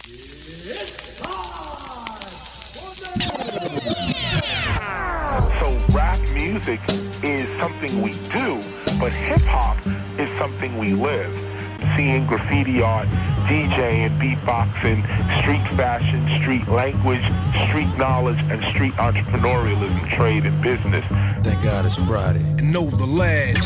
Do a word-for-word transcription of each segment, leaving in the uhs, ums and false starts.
So rap music is something we do, but hip-hop is something we live. Seeing graffiti art, DJing, beatboxing, street fashion, street language, street knowledge, and street entrepreneurialism, trade and business. Thank God it's Friday. And know the lads.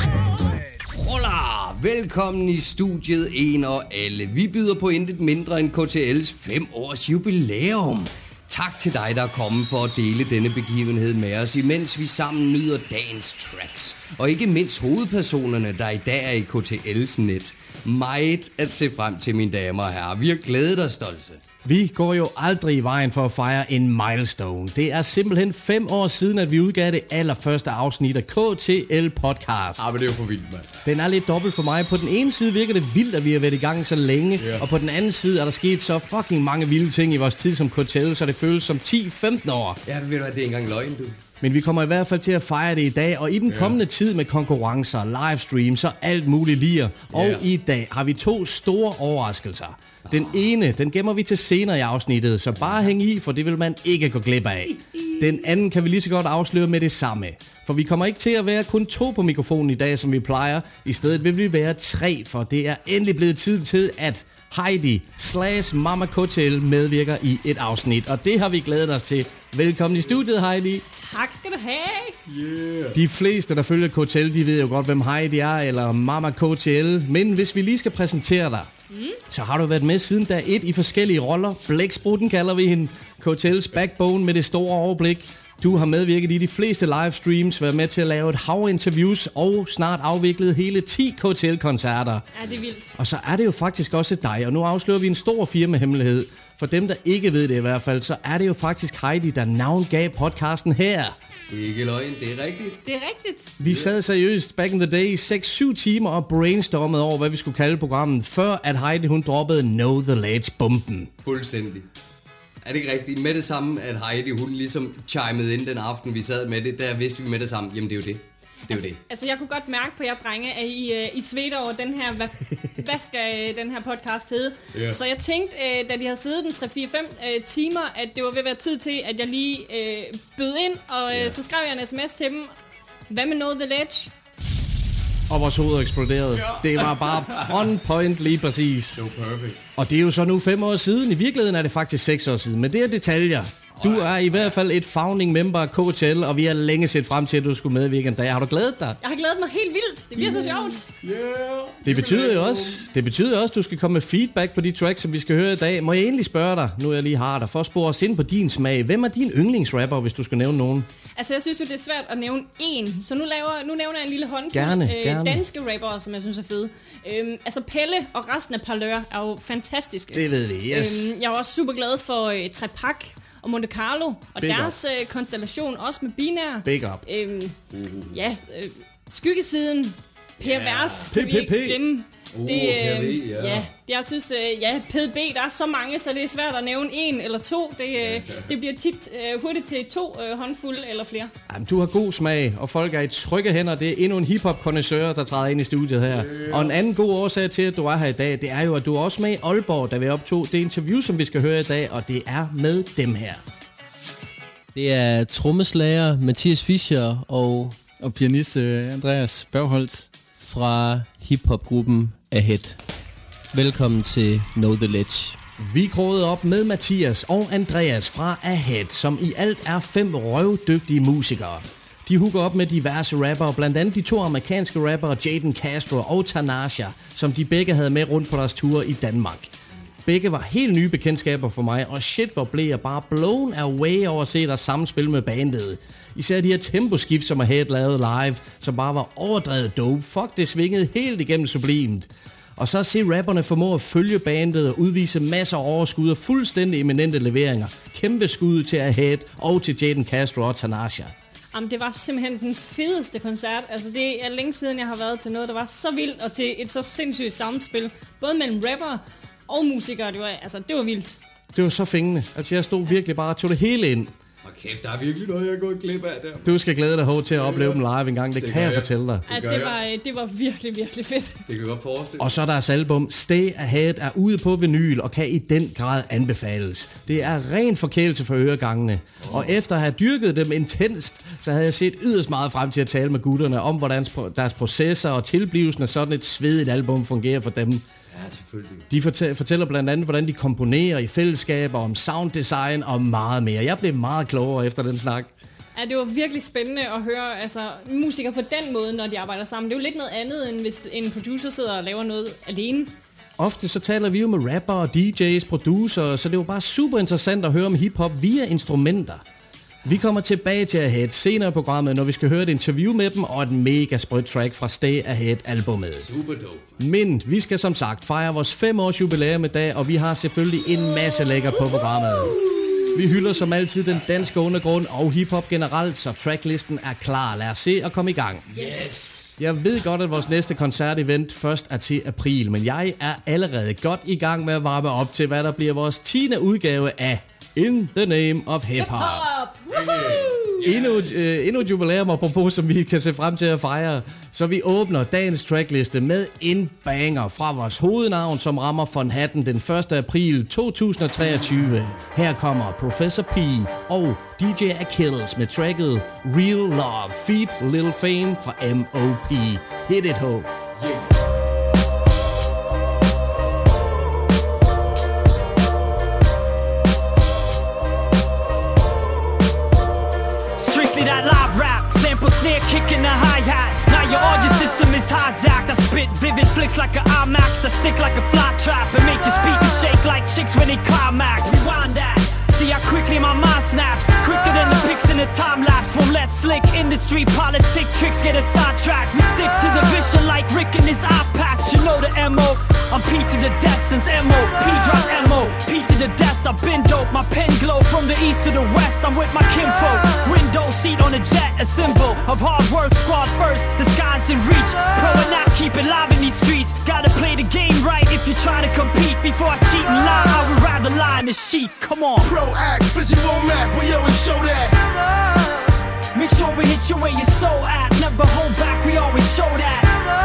Hola! Velkommen i studiet en og alle. Vi byder på intet mindre end K T L's fem års jubilæum. Tak til dig, der er kommet for at dele denne begivenhed med os, imens vi sammen nyder dagens tracks. Og ikke mindst hovedpersonerne, der i dag er i K T L's net. Meget at se frem til, mine damer og herrer. Vi har glædet os, Stolse. Vi går jo aldrig i vejen for at fejre en milestone. Det er simpelthen fem år siden, at vi udgav det allerførste afsnit af K T L Podcast. Ah, men det er jo for vildt, mand. Den er lidt dobbelt for mig. På den ene side virker det vildt, at vi har været i gang så længe. Yeah. Og på den anden side er der sket så fucking mange vilde ting i vores tid som K T L, så det føles som ti femten år. Ja, du ved du, at det er ikke engang løgn, du. Men vi kommer i hvert fald til at fejre det i dag, og i den kommende tid med konkurrencer, livestreams og alt muligt lir. Og yeah. i dag har vi to store overraskelser. Den ene, den gemmer vi til senere i afsnittet, så bare hæng i, for det vil man ikke gå glip af. Den anden kan vi lige så godt afsløre med det samme. For vi kommer ikke til at være kun to på mikrofonen i dag, som vi plejer. I stedet vil vi være tre, for det er endelig blevet tid til, at Heidi slash Mama K T L medvirker i et afsnit. Og det har vi glædet os til. Velkommen i studiet, Heidi. Tak skal du have. Yeah. De fleste, der følger K T L, de ved jo godt, hvem Heidi er, eller Mama K T L. Men hvis vi lige skal præsentere dig, mm. så har du været med siden dag et i forskellige roller. Blæksprutten kalder vi hende. K T L's backbone med det store overblik. Du har medvirket i de fleste livestreams, været med til at lave et hav interviews og snart afviklet hele ti K T L-koncerter. Ja, det er vildt. Og så er det jo faktisk også dig, og nu afslører vi en stor firmahemmelighed. For dem, der ikke ved det i hvert fald, så er det jo faktisk Heidi, der navngav podcasten her. Det er ikke løgn, det er rigtigt. Det er rigtigt. Vi sad seriøst back in the day seks syv timer og brainstormede over, hvad vi skulle kalde programmet, før at Heidi hun droppede Know the Ledge-bomben. Fuldstændig. Er det ikke rigtigt? Med det samme, at Heidi hun ligesom chimede ind den aften, vi sad med det, der vidste vi med det samme. Jamen det er jo det. Det er altså, jo det. Altså jeg kunne godt mærke på jer drenge, at I, uh, I svedte over den her, hvad, hvad skal uh, den her podcast hedde? Yeah. Så jeg tænkte, uh, da de havde siddet den tre fire fem uh, timer, at det var ved at være tid til, at jeg lige uh, bød ind, og uh, yeah. så skrev jeg en sms til dem. Hvad med Know the Ledge? Og vores hoved eksploderede. Ja. Det var bare on point lige præcis. So perfect. Og det er jo så nu fem år siden. I virkeligheden er det faktisk seks år siden. Men det er detaljer. Du er i hvert fald et founding member af K T L, og vi har længe set frem til, at du skulle medvirke en dag. Har du glædet dig? Jeg har glædet mig helt vildt. Det bliver så sjovt. Yeah. Det betyder jo også, det betyder også, at du skal komme med feedback på de tracks, som vi skal høre i dag. Må jeg egentlig spørge dig, nu jeg lige har dig, for at spore os ind på din smag. Hvem er din yndlingsrapper, hvis du skal nævne nogen? Altså, jeg synes jo, det er svært at nævne én. Så nu, laver, nu nævner jeg en lille håndfuld gerne, øh, gerne. danske rappere, som jeg synes er fede. Øhm, altså, Pelle og resten af Parlør er jo fantastiske. Det ved vi, yes. Øhm, jeg er også super glad for øh, Trepak og Monte Carlo, og Big deres øh, konstellation, også med binær. Big up. Øhm, ja, øh, Skyggesiden, Per yeah. Vers, kan P P P. vi ikke glemme. Uh, det, øh, P V, ja. ja, jeg synes, øh, ja, P D B, der er så mange, så det er svært at nævne en eller to. Det, øh, det bliver tit øh, hurtigt til to øh, håndfulde eller flere. Jamen, du har god smag, og folk er i trygge hænder. Det er endnu en hiphop-kondensør, der træder ind i studiet her. Yeah. Og en anden god årsag til, at du er her i dag, det er jo, at du er også med i Aalborg, da vi optog det interview, som vi skal høre i dag, og det er med dem her. Det er trommeslager Mathias Fischer og, og pianist Andreas Bergholtz fra hiphopgruppen Ahead. Velkommen til Know the Ledge. Vi krogede op med Mathias og Andreas fra Ahead, som i alt er fem røvdygtige musikere. De hooker op med diverse rappere, blandt andet de to amerikanske rappere Jaden Castro og Tanasha, som de begge havde med rundt på deres ture i Danmark. Begge var helt nye bekendtskaber for mig, og shit, hvor blev jeg bare blown away over at se deres samspil med bandet. Især de her temposkift, som Ahead lavede live, som bare var overdrevet dope. Fuck, det svingede helt igennem sublimt. Og så at se rapperne formå at følge bandet og udvise masser af overskud og fuldstændig eminente leveringer. Kæmpe skud til Ahead og til Jaden Castro og Tanasha. Jamen, det var simpelthen den fedeste koncert. Altså, det er længe siden, jeg har været til noget, der var så vildt, og til et så sindssygt samspil. Både mellem rapper og musikere. Det var, altså, det var vildt. Det var så fængende. Altså, jeg stod virkelig bare og tog det hele ind. Og kæft, der er virkelig noget, jeg er gået glip af der. Du skal glæde dig hårdt til at opleve dem live en gang, det, det kan jeg, jeg fortælle dig. Ja, det var, det var virkelig, virkelig fedt. Det kan jeg godt forestille. Og så er deres album Stay Ahead er ude på vinyl og kan i den grad anbefales. Det er ren forkælelse for øregangene. Oh. Og efter at have dyrket dem intenst, så havde jeg set yderst meget frem til at tale med gutterne om, hvordan deres processer og tilblivelsen af sådan et svedigt album fungerer for dem. Ja, selvfølgelig. De fortæller, fortæller blandt andet, hvordan de komponerer i fællesskaber, om sounddesign og meget mere. Jeg blev meget klogere efter den snak. Ja, det var virkelig spændende at høre altså, musikere på den måde, når de arbejder sammen. Det er jo lidt noget andet, end hvis en producer sidder og laver noget alene. Ofte så taler vi jo med rapper, D J's, producer, så det var bare super interessant at høre om hiphop via instrumenter. Vi kommer tilbage til Ahead senere i programmet, når vi skal høre et interview med dem og et mega sprødt track fra Stay Ahead-albummet. Super dope. Men vi skal som sagt fejre vores fem års jubilæum i dag, og vi har selvfølgelig en masse lækker på programmet. Vi hylder som altid den danske undergrund og hiphop generelt, så tracklisten er klar. Lad os se og komme i gang. Yes! Jeg ved godt, at vores næste koncertevent først er til april, men jeg er allerede godt i gang med at varme op til, hvad der bliver vores tiende udgave af In the Name of Hip Hop. Endnu, øh, endnu et jubilæum apropos, som vi kan se frem til at fejre. Så vi åbner dagens trackliste med en banger fra vores hovednavn, som rammer von Hatten den første april to tusind treogtyve. Her kommer Professor P og D J Achilles med tracket Real Love feat. Lil Fame fra M O P. Hit it, ho. Yeah. That live rap, sample snare kicking the hi-hat. Now your audio system is hijacked. I spit vivid flicks like an IMAX. I stick like a fly trap and make your speakers shake like chicks when they climax. Rewind that. See how quickly my mind snaps. Quicker than the pics in the time lapse. Won't let slick industry politic tricks get us sidetracked. We stick to the vision like Rick and his eye patch. You know the M O. I'm P to the death since M O P drop M O P to the death. I've been dope. My pen glow from the east to the west. I'm with my kinfolk. Window seat on a jet, a symbol of hard work. Squad first, the sky's in reach. Pro and not keep it live in these streets. Gotta play the game right if you try to compete. Before I cheat and lie, I would rather lie in the sheet. Come on. Pro act, visual map, we always show that. Make sure we hit you where your soul at. Never hold back, we always show that.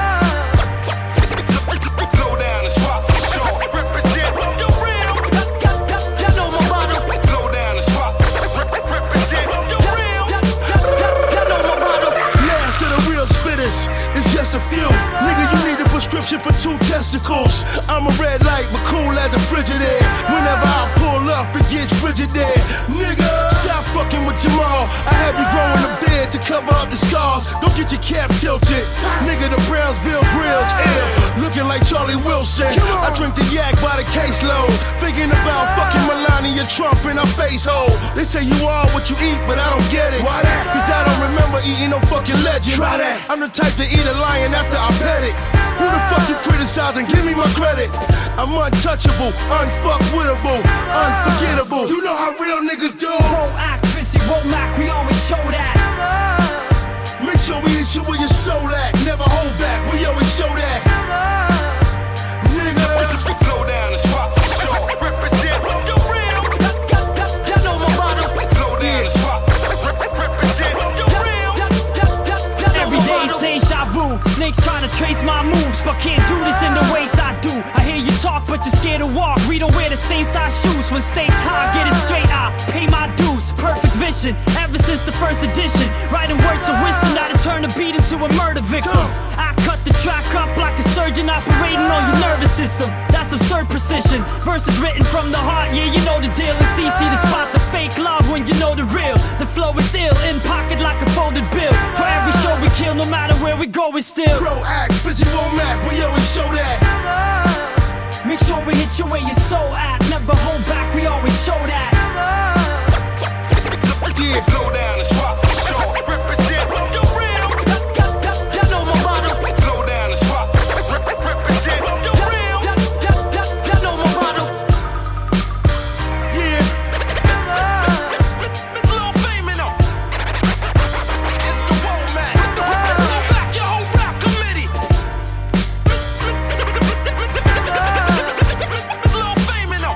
Slow down and swap for sure. Represent the real. Y'all know my motto. Slow down and swap. Represent the real. Y'all know my motto. Last of the real spitters, it's just a few. Nigga, you need a prescription for two testicles. I'm a red light, but cool as a Frigidaire. Whenever I pull up, it gets frigid there. Nigga, stop fucking with Jamal. I have you growing a beard to cover up the scars. Don't get your cap tilted. Nigga, the Brownsville Grills ill. Looking like Charlie Wilson. I drink the yak by the caseload. Thinking about fucking Melania Trump in her face hole. They say you are what you eat, but I don't get it. Why that? Cause I don't remember eating no fucking legend. Try that. I'm the type to eat a lion after I pet it. Who the fuck you criticizing? Give me my credit. I'm untouchable, unfuckwittable, unforgettable. You know how real niggas do. Pro act, visual Mac, we always show that. Make sure we hit you where your soul at. Never hold back, we always show that. Nigga, slow down and swap for sure. Represent the real. Y'all know my motto. Slow down and swap. Represent the real. Every day's deja vu. Snakes trying to trace my moves, but can't do this in the ways I do. I hear you talk, but you're scared to walk. We don't wear the same size shoes. When stakes high, get it straight, I pay my dues. Perfect vision, ever since the first edition. Writing words of wisdom that'll turn a beat into a murder victim. I cut the track up like a surgeon operating on your nervous system. That's absurd precision. Verses written from the heart, yeah, you know the deal. It's easy to spot the fake love when you know the real. The flow is ill, in pocket like a folded bill. For every show we kill, no matter where we go, it's still Pro act, visual map, we always show that. Make sure we hit you where your soul at. Never hold back, we always show that. Yeah, slow down and swap for sure. Represent the real. Y'all know my motto. Slow down and swap. Represent the real. Y'all know my motto. Yeah. Lil Fame in 'em. It's the Womack. Go back your whole rap committee. Lil Fame in 'em.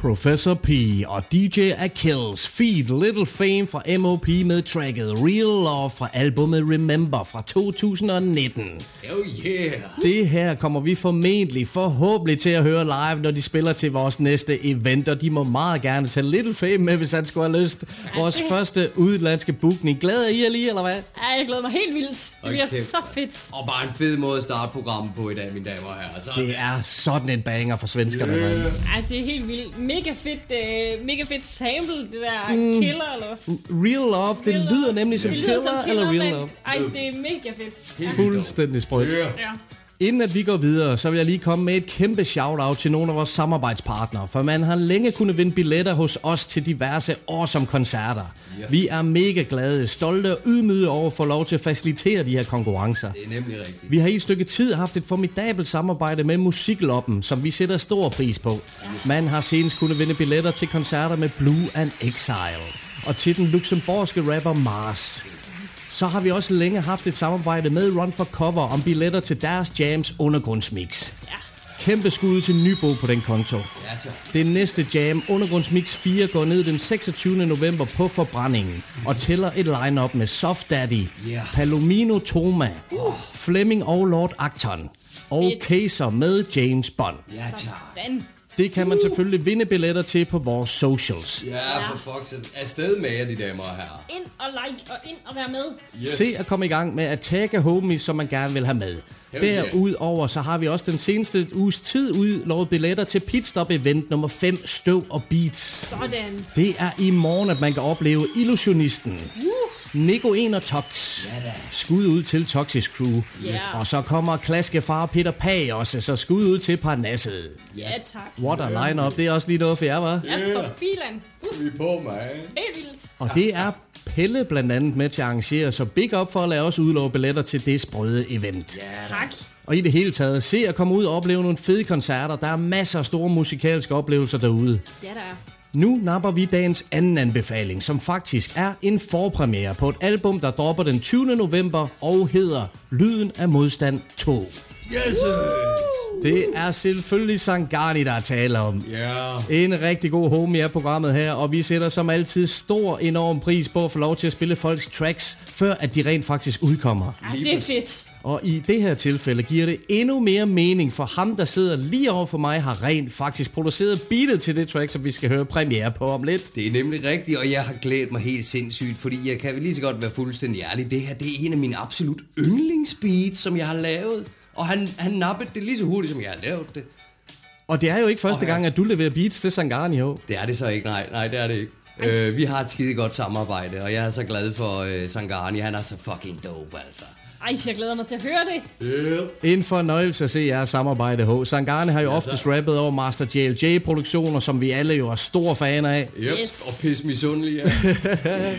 Professor P og D J Akils feat. Little Fame fra M O P med tracket Real Love fra albumet Remember fra to tusind nitten. Oh yeah! Det her kommer vi formentlig forhåbentlig til at høre live, når de spiller til vores næste event, og de må meget gerne tage Little Fame med, hvis han skulle have lyst. Vores det... første udenlandske bookning. Glæder I jer lige, eller hvad? Ja, jeg glæder mig helt vildt. Det okay. bliver så fedt. Og bare en fed måde at starte programmet på i dag, mine damer og herrer. Sådan. Det er sådan en banger for svenskerne. Yeah. Ja, det er helt vildt. Mega fedt, uh, mega fedt sample, det der mm. Killer, eller Real Love, det Real lyder love. nemlig som Killer, som killer eller Real Love. Ej, det er mega fedt. Fuldstændig sprødt. Yeah. Ja. Inden at vi går videre, så vil jeg lige komme med et kæmpe shout-out til nogle af vores samarbejdspartnere, for man har længe kunnet vinde billetter hos os til diverse awesome koncerter. Yeah. Vi er mega glade, stolte og ydmyge over at få lov til at facilitere de her konkurrencer. Det er nemlig rigtigt. Vi har i et stykke tid haft et formidabelt samarbejde med Musikloppen, som vi sætter stor pris på. Ja. Man har senest kunnet vinde billetter til koncerter med Blue and Exile og til den luxembourgske rapper Mars. Så har vi også længe haft et samarbejde med Run for Cover om billetter til deres jams undergrundsmix. Ja. Kæmpe skud til Nybo på den konto. Ja, det næste jam, Undergrundsmix fire, går ned den seksogtyvende november på Forbrændingen og tæller et line-up med Soft Daddy, yeah. Palomino Toma, uh. Flemming og Lord Acton og Kaiser med James Bond. Ja, sådan. Det kan man selvfølgelig vinde billetter til på vores socials. Ja, for fuck's afsted med jer, de damer og herrer. Ind og like og ind og være med. Yes. Se at komme i gang med at tagge homies, som man gerne vil have med. Derudover så har vi også den seneste uges tid udlovet billetter til Pitstop Event nummer fem, Støv og Beats. Sådan. Det er i morgen, at man kan opleve Illusionisten. Uh. Nico en og Tox. Ja, skud ud til Toxic Crew. Yeah. Og så kommer Klaskefar Peter Pag også, så skud ud til Parnasset. Ja, tak. What a line-up. Det er også lige noget for jer, hva'? Ja, for filan. Uh. Vi er på, man. Helt vildt. Og det er Pelle blandt andet med til at arrangere, så big up for at lade os udlove billetter til det sprøde event. Ja, tak. Og i det hele taget, se at komme ud og opleve nogle fede koncerter. Der er masser af store musikalske oplevelser derude. Ja, der er. Nu napper vi dagens anden anbefaling, som faktisk er en forpremiere på et album, der dropper den tyvende november og hedder Lyden af Modstand to. Yes! Det er selvfølgelig Sangani, der er tale om. Yeah. En rigtig god homie af programmet her, og vi sætter som altid stor enorm pris på at få lov til at spille folks tracks, før at de rent faktisk udkommer. Ja, det er fedt. Og i det her tilfælde giver det endnu mere mening, for ham, der sidder lige over for mig, har rent faktisk produceret beatet til det track, som vi skal høre premiere på om lidt. Det er nemlig rigtigt, og jeg har glædet mig helt sindssygt, fordi jeg kan lige så godt være fuldstændig ærlig. Det her, det er en af mine absolut yndlingsbeats, som jeg har lavet. Og han, han nappede det lige så hurtigt, som jeg har lavet det. Og det er jo ikke første gang, at du leverer beats til Sangani, jo. Det er det så ikke, nej. Nej, det er det ikke. Øh, vi har et skide godt samarbejde, og jeg er så glad for øh, Sangani. Han er så fucking dope, altså. Ej, jeg glæder mig til at høre det. Yeah. En fornøjelse at se jeres samarbejde, H. Sangani har jo ja, oftest rappet over Master J L J-produktioner, som vi alle jo er store fan af. Yep. Yes. Og pis misundelig, ja.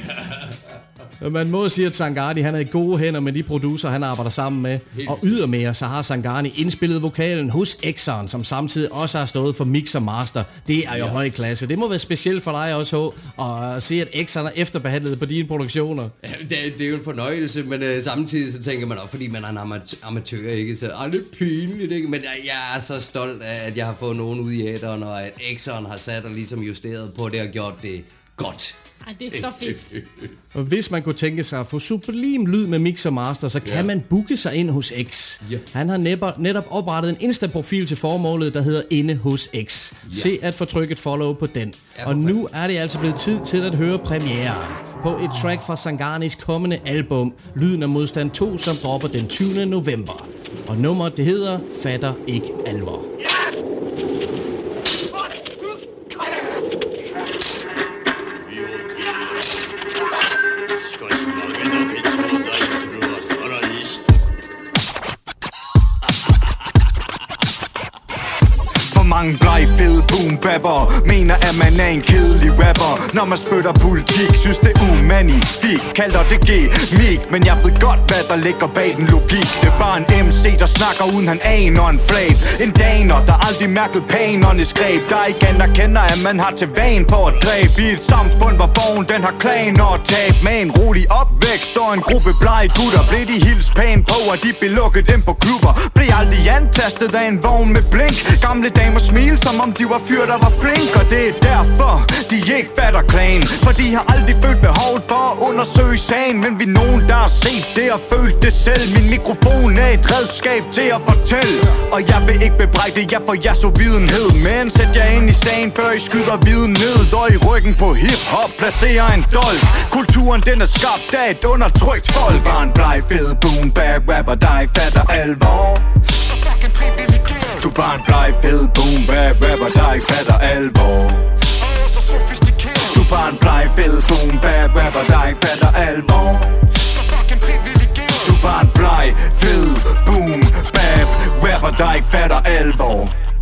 Man må sige, at Sangani han er i gode hænder med de producer, han arbejder sammen med. Helt og ydermere, så har Sangani indspillet vokalen hos Exxon, som samtidig også har stået for mix og master. Det er jo ja. høj klasse. Det må være specielt for dig også, H, at se, at Exxon er efterbehandlet på dine produktioner. Ja, det, det er jo en fornøjelse, men uh, samtidig så tænker man også, fordi man er en amat- amatør, ikke? Så er det pinligt, ikke? Men jeg, jeg er så stolt af, at jeg har fået nogen ud i æteren, og at Exxon har sat og ligesom justeret på det og gjort det godt. Ej, det er så fedt. Og hvis man kunne tænke sig at få sublim lyd med Mix og Master, så kan yeah. man booke sig ind hos X. Yeah. Han har netop, netop oprettet en Insta-profil til formålet, der hedder Inde hos X. Yeah. Se at få trykket follow på den. Ja, og nu er det altså blevet tid til at høre premieren på et track fra Sanganis kommende album, Lyden af Modstand to, som dropper den tyvende november. Og nummeret, det hedder Fatter ikke alvor. Mange bleg fede boom-bapper mener, at man er en kedelig rapper. Når man spytter politik, synes det er umagnifik. Kalder det G-mik, men jeg ved godt, hvad der ligger bag den logik. Det er bare en M C, der snakker uden han aner en flab. En daner, der aldrig mærket panernes greb. Der igen der kender, at man har til van for at dræbe. I et samfund, hvor borgen den har klaner og tab. Med en rolig opvækst står en gruppe blege gutter. Blev de hils pæn på, at de blev lukket ind på klubber. Blev aldrig antastet af en vogn med blink. Gamle damer smile, som om de var fyr, der var flink. Og det er derfor, de ikke fatter klagen, for de har aldrig følt behovet for at undersøge sagen. Men vi er nogen, der har set det og følt det selv. Min mikrofon er et redskab til at fortælle, og jeg vil ikke bebrejde jer for jeres uvidenhed, men sæt jer ind i sagen, før I skyder viden ned. Og i ryggen på hip-hop placerer en dolk. Kulturen den er skabt af et undertrykt folk. Bare en bleg fed boom bag rapper, der ikke fatter alvor. Så fucking privilegeret. Du bare en bleg fed boom bag rapper, der ikke fatter alvor. Så sofistikeret. Du bare en bleg fed boom bag rapper, der ikke fatter alvor. Så fucking privilegeret. Du bare en bleg fed boom bag rapper, der ikke fatter alvor.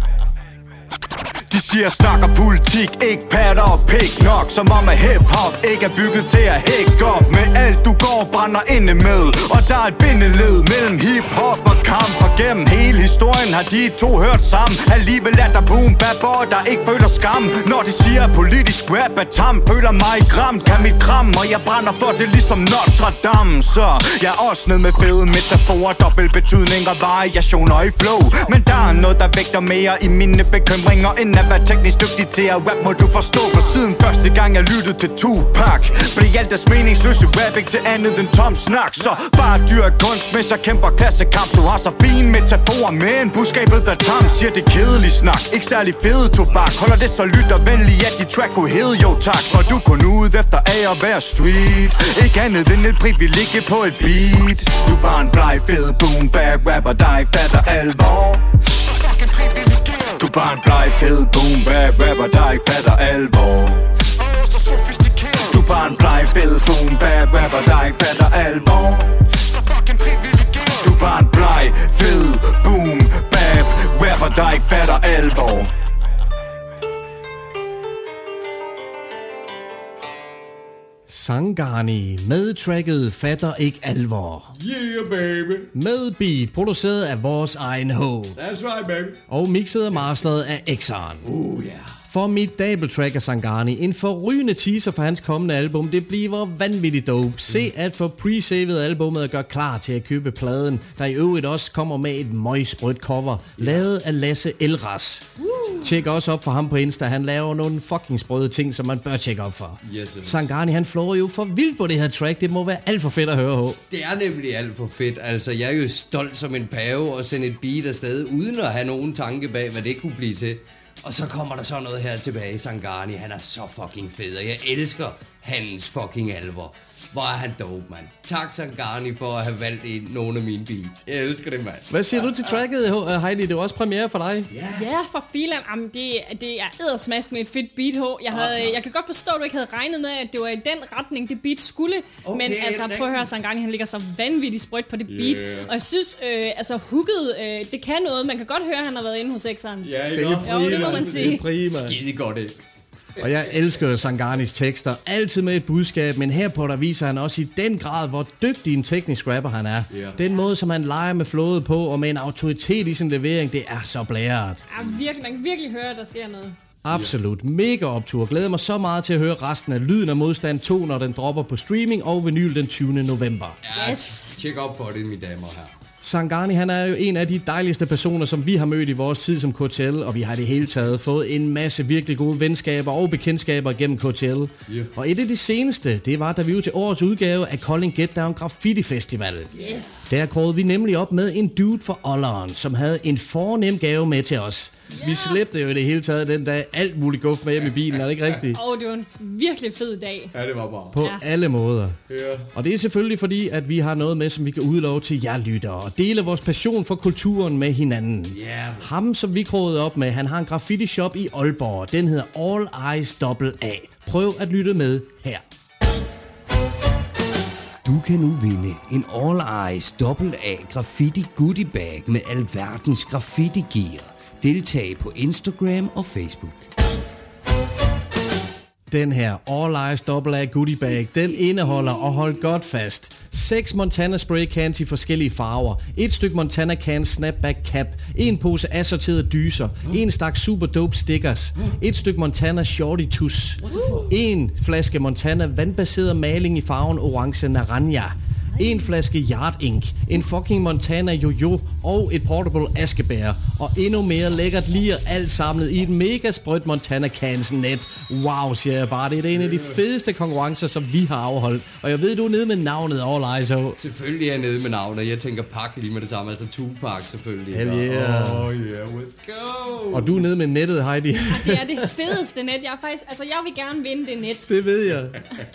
De siger snakker politik, ikke patter og pik nok. Som om at hip-hop ikke er bygget til at hække op med alt du går og brænder inde med. Og der er et bindeled mellem hip-hop og kamp. Og gennem hele historien har de to hørt sammen. Alligevel er der boom bapper, der ikke føler skam. Når de siger at politisk rap er tam, føler mig gram, kan mit kram. Og jeg brænder for det ligesom Notre Dame. Så jeg er også ned med fede metaforer, dobbelt betydning og variationer i flow. Men der er noget der vægter mere i mine bekymringer end at være teknisk dygtig til at rap, må du forstå. For siden første gang jeg lyttede til Tupac, blev alt deres meningsløse rap ikke til andet end tom snak. Så bare dyr kunst, mens jeg kæmper klassekamp. Du har så fine metaforer, men budskabet der tam siger det kedelig snak. Ikke særlig fede tobak, holder det så lyttervenlig at dit track kunne hedde jo tak. Og du kun ud efter af at være street, ikke andet end et privilegie på et beat. Du bare en bleg fed boom bag rapper, der ikke fatter alvor. Så fucking privilegeret. Du bare en bleg fed boom bag rapper, der ikke fatter alvor. Så sofistikeret. Du bare en bleg fed boom bag rapper, der ikke fatter alvor. Så fucking privilegeret. Du bare en bleg fed boom bag rapper, der ikke fatter alvor. Sangani med tracket Fatter ikke alvor. Yeah, baby. Med beat, produceret af vores egen H. That's right, baby. Og mixet og masteret af Exxon. Oh, yeah. Formidabel track af Sangani. En forrygende teaser for hans kommende album. Det bliver vanvittigt dope. Se at få pre-savet albumet og gør klar til at købe pladen, der i øvrigt også kommer med et møgsprødt cover, lavet af Lasse Elras. Tjek også op for ham på Insta. Han laver nogle fucking sprøde ting, som man bør tjekke op for. Yes, Sangani, han flår jo for vildt på det her track. Det må være alt for fedt at høre på. Det er nemlig alt for fedt. Altså, jeg er jo stolt som en pave og sende et beat afsted, uden at have nogen tanke bag, hvad det kunne blive til. Og så kommer der så noget her tilbage. Sangani, han er så fucking fed, og jeg elsker hans fucking alvor. Hvor er han dope, mand. Tak, Sangani, for at have valgt en, nogle af mine beats. Jeg elsker det, mand. Hvad siger ja, du til tracket, Heidi? Det var også premiere for dig. Ja, ja for filan. Jamen, det, det er eddersmask med et fedt beat, H. Jeg, havde, oh, jeg kan godt forstå, at du ikke havde regnet med, at det var i den retning, det beat skulle. Okay, men altså, prøv at høre, Sangani, han ligger så vanvittigt sprødt på det beat. Yeah. Og jeg synes, øh, altså, hooket, øh, det kan noget. Man kan godt høre, at han har været inde hos Exxon. Ja, det er prima. Jo, det må man sige. Skide godt, ikke? Og jeg elsker Sanganis tekster, altid med et budskab, men her på der viser han også i den grad, hvor dygtig en teknisk rapper han er. Yeah. Den måde, som han leger med flowet på, og med en autoritet i sin levering, det er så blæret. Ja, virkelig, man kan virkelig høre, at der sker noget. Absolut. Mega optur. Glæder mig så meget til at høre resten af Lyden af Modstand to, når den dropper på streaming og vinyl den tyvende november. Yes. Tjek op for det, mine damer her. Sangani, han er jo en af de dejligste personer, som vi har mødt i vores tid som K T L, og vi har i det hele taget fået en masse virkelig gode venskaber og bekendtskaber gennem K T L. Yeah. Og et af de seneste, det var, da vi var til årets udgave af Kolding Get Down Graffiti Festival. Yes. Der kårede vi nemlig op med en dude fra Olleren, som havde en fornem gave med til os. Yeah. Vi slæbte jo i det hele taget den dag alt muligt guf med hjem i bilen, er det ikke rigtigt? Åh, oh, det var en virkelig fed dag. Ja, det var bare. På ja. alle måder. Yeah. Og det er selvfølgelig fordi, at vi har noget med, som vi kan udlove til jer lyttere, og dele vores passion for kulturen med hinanden. Yeah. Ham, som vi krogede op med, han har en graffiti shop i Aalborg. Den hedder All Eyes Double A. Prøv at lytte med her. Du kan nu vinde en All Eyes Double A graffiti goodie bag med alverdens graffiti gear. Deltag på Instagram og Facebook. Den her All Eyes Double A goodie bag, den indeholder, og hold godt fast, seks Montana spray cans i forskellige farver, et stykke Montana can snapback cap, en pose assorterede dyser, en stak super dope stickers, et stykke Montana shorty tus, en flaske Montana vandbaseret maling i farven orange naranja, en flaske Yard Ink, en fucking Montana Jojo og et portable askebær. Og endnu mere lækkert lir, alt samlet i et mega sprødt Montana Cans net. Wow, siger jeg bare. Det er en af de fedeste konkurrencer, som vi har afholdt. Og jeg ved, du er nede med navnet All Eyes. Selvfølgelig er jeg nede med navnet. Jeg tænker Pac lige med det samme. Altså Tupac selvfølgelig. Hell yeah. Oh yeah, let's go. Og du er nede med nettet, Heidi. Ja, det er det fedeste net. Jeg er faktisk, altså jeg vil gerne vinde det net. Det ved jeg.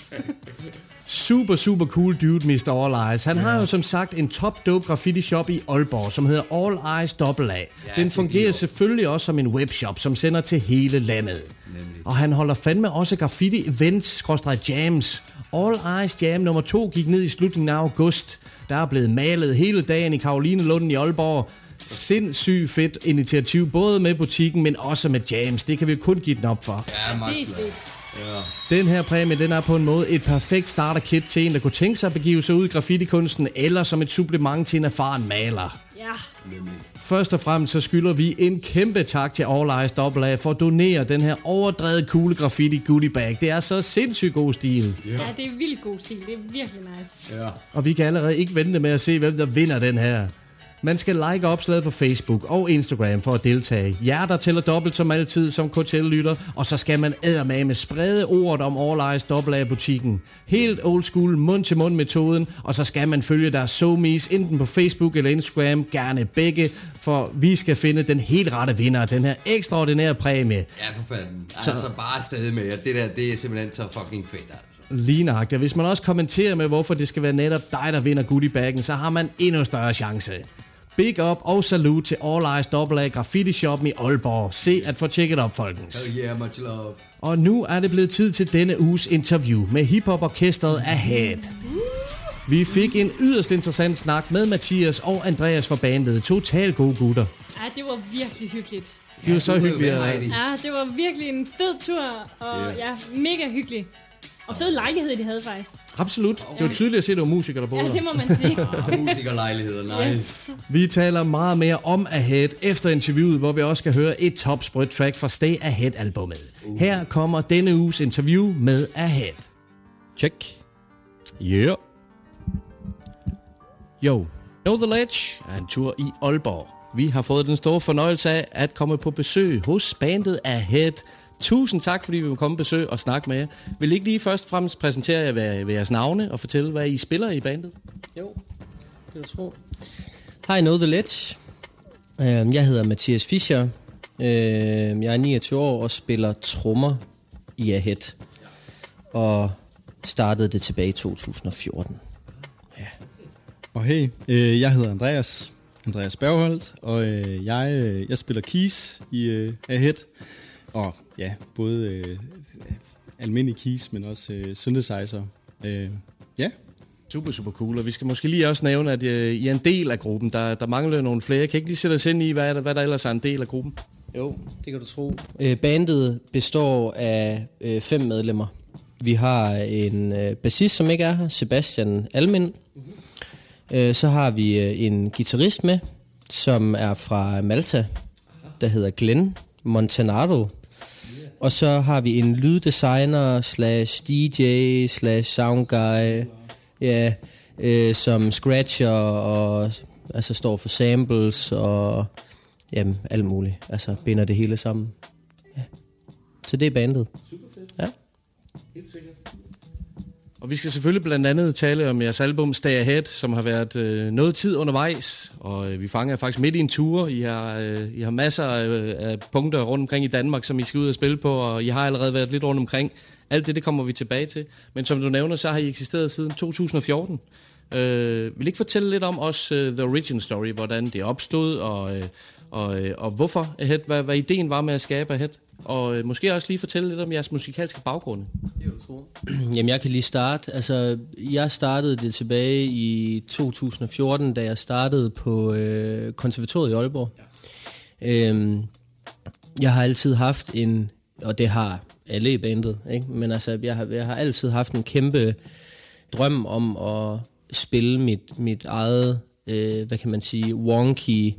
Super, super cool dude, mister All Eyes. Han har jo som sagt en top dope graffiti shop i Aalborg, som hedder All Eyes A A. Den fungerer selvfølgelig også som en webshop, som sender til hele landet. Nemlig. Og han holder fandme også graffiti events, jams. All Eyes Jam nummer to gik ned i slutningen af august. Der er blevet malet hele dagen i Karolinelunden i Aalborg. Sindssygt fedt initiativ, både med butikken, men også med jams. Det kan vi kun give den op for. Ja, det er fedt. Ja. Den her præmie, den er på en måde et perfekt starter-kit til en, der kunne tænke sig at begive sig ud i graffitikunsten, eller som et supplement til en erfaren maler. Ja. Først og fremmest så skylder vi en kæmpe tak til All Eyes A A for at donere den her overdrevet coole graffiti goodie bag. Det er så sindssygt god stil. Ja, ja det er vildt god stil. Det er virkelig nice. Ja. Og vi kan allerede ikke vente med at se, hvem der vinder den her. Man skal like opslaget på Facebook og Instagram for at deltage. Hjerter tæller dobbelt som altid som K T L-lytter, og så skal man eddermame sprede ordet om All Eyes A A-butikken. Helt old school, mund-til-mund-metoden, og så skal man følge deres somies enten på Facebook eller Instagram, gerne begge, for vi skal finde den helt rette vinder af den her ekstraordinære præmie. Ja, for fanden. Så altså bare afsted med, at det der, det er simpelthen så fucking fedt, altså. Lige nøjagtigt. Hvis man også kommenterer med, hvorfor det skal være netop dig, der vinder goodiebaggen, så har man endnu større chance. Big up og salute til All Eyes A A Graffiti Shoppen i Aalborg. Se at få tjekket op, folkens. Hell yeah, much love. Og nu er det blevet tid til denne uges interview med hiphop-orkestret Ahead. Vi fik en yderst interessant snak med Mathias og Andreas fra bandet. Total gode gutter. Ja, det var virkelig hyggeligt. Det var ja, så hyggeligt. Ja, det var virkelig en fed tur, og yeah. ja, mega hyggelig. Og fed lejlighed, de havde faktisk. Absolut. Det var tydeligt at se, at det var musikere, der boede der. Ja, det må man sige. ah, musikerlejligheder, nice. Yes. Vi taler meget mere om Ahead efter interviewet, hvor vi også skal høre et topsprødt track fra Stay Ahead-albummet. Uh. Her kommer denne uges interview med Ahead. Check. Yeah. Jo, Know The Ledge er en tur i Aalborg. Vi har fået den store fornøjelse af at komme på besøg hos bandet Ahead. Tusind tak, fordi vi vil komme på besøg og snakke med jer. Vil I ikke lige først og fremmest præsentere jer ved, ved jeres navne og fortælle, hvad I spiller i bandet? Jo, det er tro. Hej, Know The Ledge. Jeg hedder Mathias Fischer. Jeg er niogtyve år og spiller trommer i Ahead. Og startede det tilbage i to tusind og fjorten. Ja. Og hey, jeg hedder Andreas. Andreas Bergholt, og jeg, jeg spiller keys i Ahead. Og ja, både øh, almindelige keys, men også øh, synthesizer. Øh, ja. Super, super cool. Og vi skal måske lige også nævne, at øh, I er en del af gruppen. Der, der mangler nogle flere. Jeg kan ikke lige sætte os ind i, hvad der, hvad der ellers er en del af gruppen? Jo, det kan du tro. Øh, bandet består af øh, fem medlemmer. Vi har en øh, bassist, som ikke er her, Sebastian Almin. Mm-hmm. Øh, så har vi øh, en guitarist med, som er fra Malta, der hedder Glenn Montanaro. Og så har vi en lyddesigner slash D J slash sound guy, ja, øh, som scratcher og altså står for samples og jamen, alt muligt. Altså binder det hele sammen. Ja. Så det er bandet. Super fedt. Ja. Helt sikkert. Og vi skal selvfølgelig blandt andet tale om jeres album Stay Ahead, som har været øh, noget tid undervejs, og øh, vi fanger faktisk midt i en tur. I har, øh, I har masser af, af punkter rundt omkring i Danmark, som I skal ud og spille på, og I har allerede været lidt rundt omkring. Alt det, det kommer vi tilbage til. Men som du nævner, så har I eksisteret siden to tusind og fjorten. Øh, vil I ikke fortælle lidt om os uh, The Origin Story, hvordan det opstod, og, øh, og, øh, og hvorfor Ahead, hvad, hvad ideen var med at skabe Ahead? Og øh, måske også lige fortælle lidt om jeres musikalske baggrunde. Det er jo tro. Jamen, jeg kan lige starte. Altså, jeg startede det tilbage i to tusind og fjorten, da jeg startede på øh, konservatoriet i Aalborg. Ja. Øhm, jeg har altid haft en, og det har alle i bandet, ikke? Men altså, jeg har, jeg har altid haft en kæmpe drøm om at spille mit, mit eget, øh, hvad kan man sige, wonky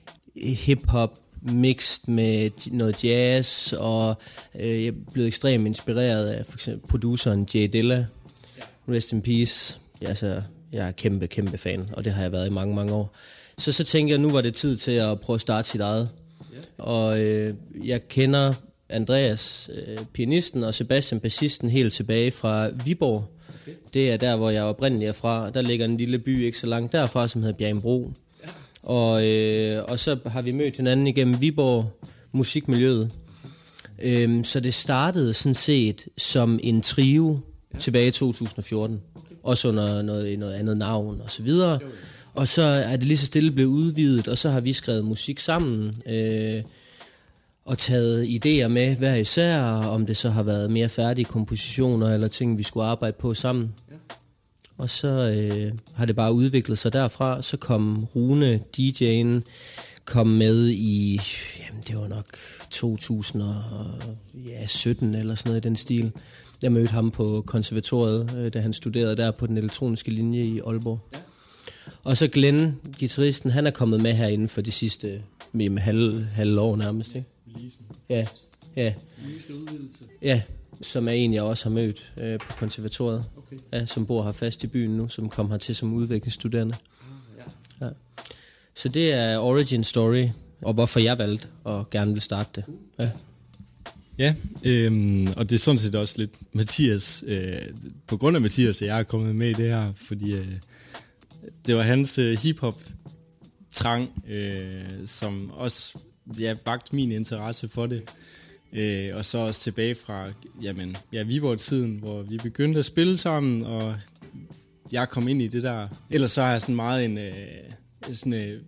hip-hop, mixed med noget jazz, og øh, jeg er blevet ekstremt inspireret af for eksempel produceren Jay Dilla, rest in peace. Ja, altså, Jeg er kæmpe, kæmpe fan, og det har jeg været i mange, mange år. Så så tænkte jeg, nu var det tid til at prøve at starte sit eget. Og øh, jeg kender Andreas, øh, pianisten, og Sebastian, bassisten, helt tilbage fra Viborg. Okay. Det er der, hvor jeg oprindeligt er fra. Der ligger en lille by ikke så langt derfra, som hedder Bjerringbro. Ja. Og, øh, og så har vi mødt hinanden igennem Viborg musikmiljøet. Øhm, så det startede sådan set som en trio ja. tilbage i to tusind og fjorten. Okay. Også under noget, noget andet navn og så videre. Og så er det lige så stille blevet udvidet, og så har vi skrevet musik sammen. Øh, og taget idéer med hver især, om det så har været mere færdige kompositioner eller ting, vi skulle arbejde på sammen. Ja. Og så øh, har det bare udviklet sig derfra. Så kom Rune, D J'en, kom med i, jamen det var nok to tusind og sytten eller sådan noget i den stil. Jeg mødte ham på konservatoriet, øh, da han studerede der på den elektroniske linje i Aalborg. Ja. Og så Glenn, guitaristen, han er kommet med herinde for de sidste med halv, halv år nærmest, ikke? Ja, ja. Ja, som er en, jeg også har mødt øh, på konservatoriet. Okay. Ja, som bor her fast i byen nu, som kom hertil som udviklingsstuderende. Ja. Så det er origin story, og hvorfor jeg valgte og gerne vil starte det. Ja, ja øhm, og det er sådan set også lidt Mathias, øh, på grund af Mathias, at jeg er kommet med i det her, fordi øh, det var hans øh, hip-hop-trang, øh, som også ja, vagt min interesse for det. Øh, og så også tilbage fra jamen, ja, Viborg-tiden, hvor vi begyndte at spille sammen, og jeg kom ind i det der. Ellers så har jeg sådan meget en øh, sådan, øh,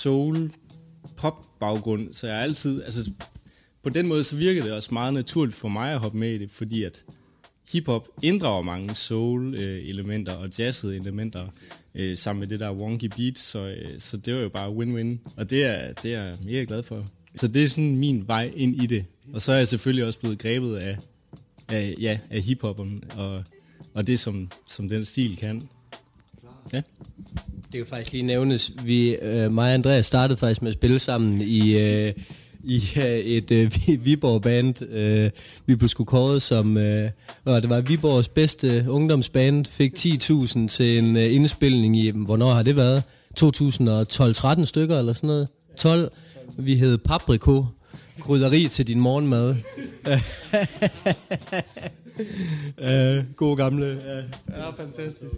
soul-pop-baggrund, så jeg er altid, altså på den måde så virker det også meget naturligt for mig at hoppe med i det, fordi at hiphop inddrager mange soul-elementer og jazzede elementer øh, sammen med det der wonky beat, så, øh, så det var jo bare win-win, og det er, det er jeg mega glad for. Så det er sådan min vej ind i det, og så er jeg selvfølgelig også blevet grebet af, af, ja, af hiphoppen og, og det, som, som den stil kan. Ja. Det kan faktisk lige nævnes, vi, øh, mig og Andreas startede faktisk med at spille sammen i... Øh, i uh, et uh, Viborg-band. Uh, vi blev sgu kåret som, uh, det var Viborgs bedste ungdomsband, fik ti tusind til en uh, indspilning i, hvornår har det været? to tusind og tolv tretten stykker eller sådan noget. tolv. Vi hed Papriko, krydderi til din morgenmad. uh, gode gamle. Uh, ja, fantastisk.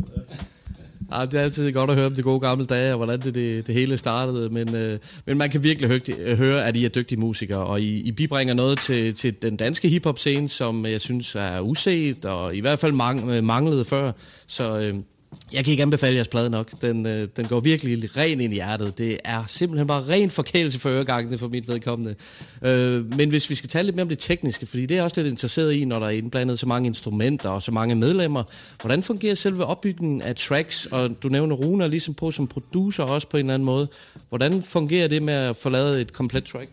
Ja, det er altid godt at høre om de gode gamle dage, og hvordan det, det, det hele startede, men, øh, men man kan virkelig hø- høre, at I er dygtige musikere, og I, I bibringer noget til, til den danske hiphop-scene, som jeg synes er uset, og i hvert fald mang- manglede før, så øh, jeg kan ikke anbefale jeres plade nok. Den, øh, den går virkelig ren ind i hjertet. Det er simpelthen bare ren forkælelse for øregangene for mit vedkommende. Øh, men hvis vi skal tale lidt mere om det tekniske, fordi det er også lidt interesseret i, når der er indblandet så mange instrumenter og så mange medlemmer. Hvordan fungerer selve opbygningen af tracks? Og du nævner Rune ligesom på som producer også på en eller anden måde. Hvordan fungerer det med at få lavet et komplet track?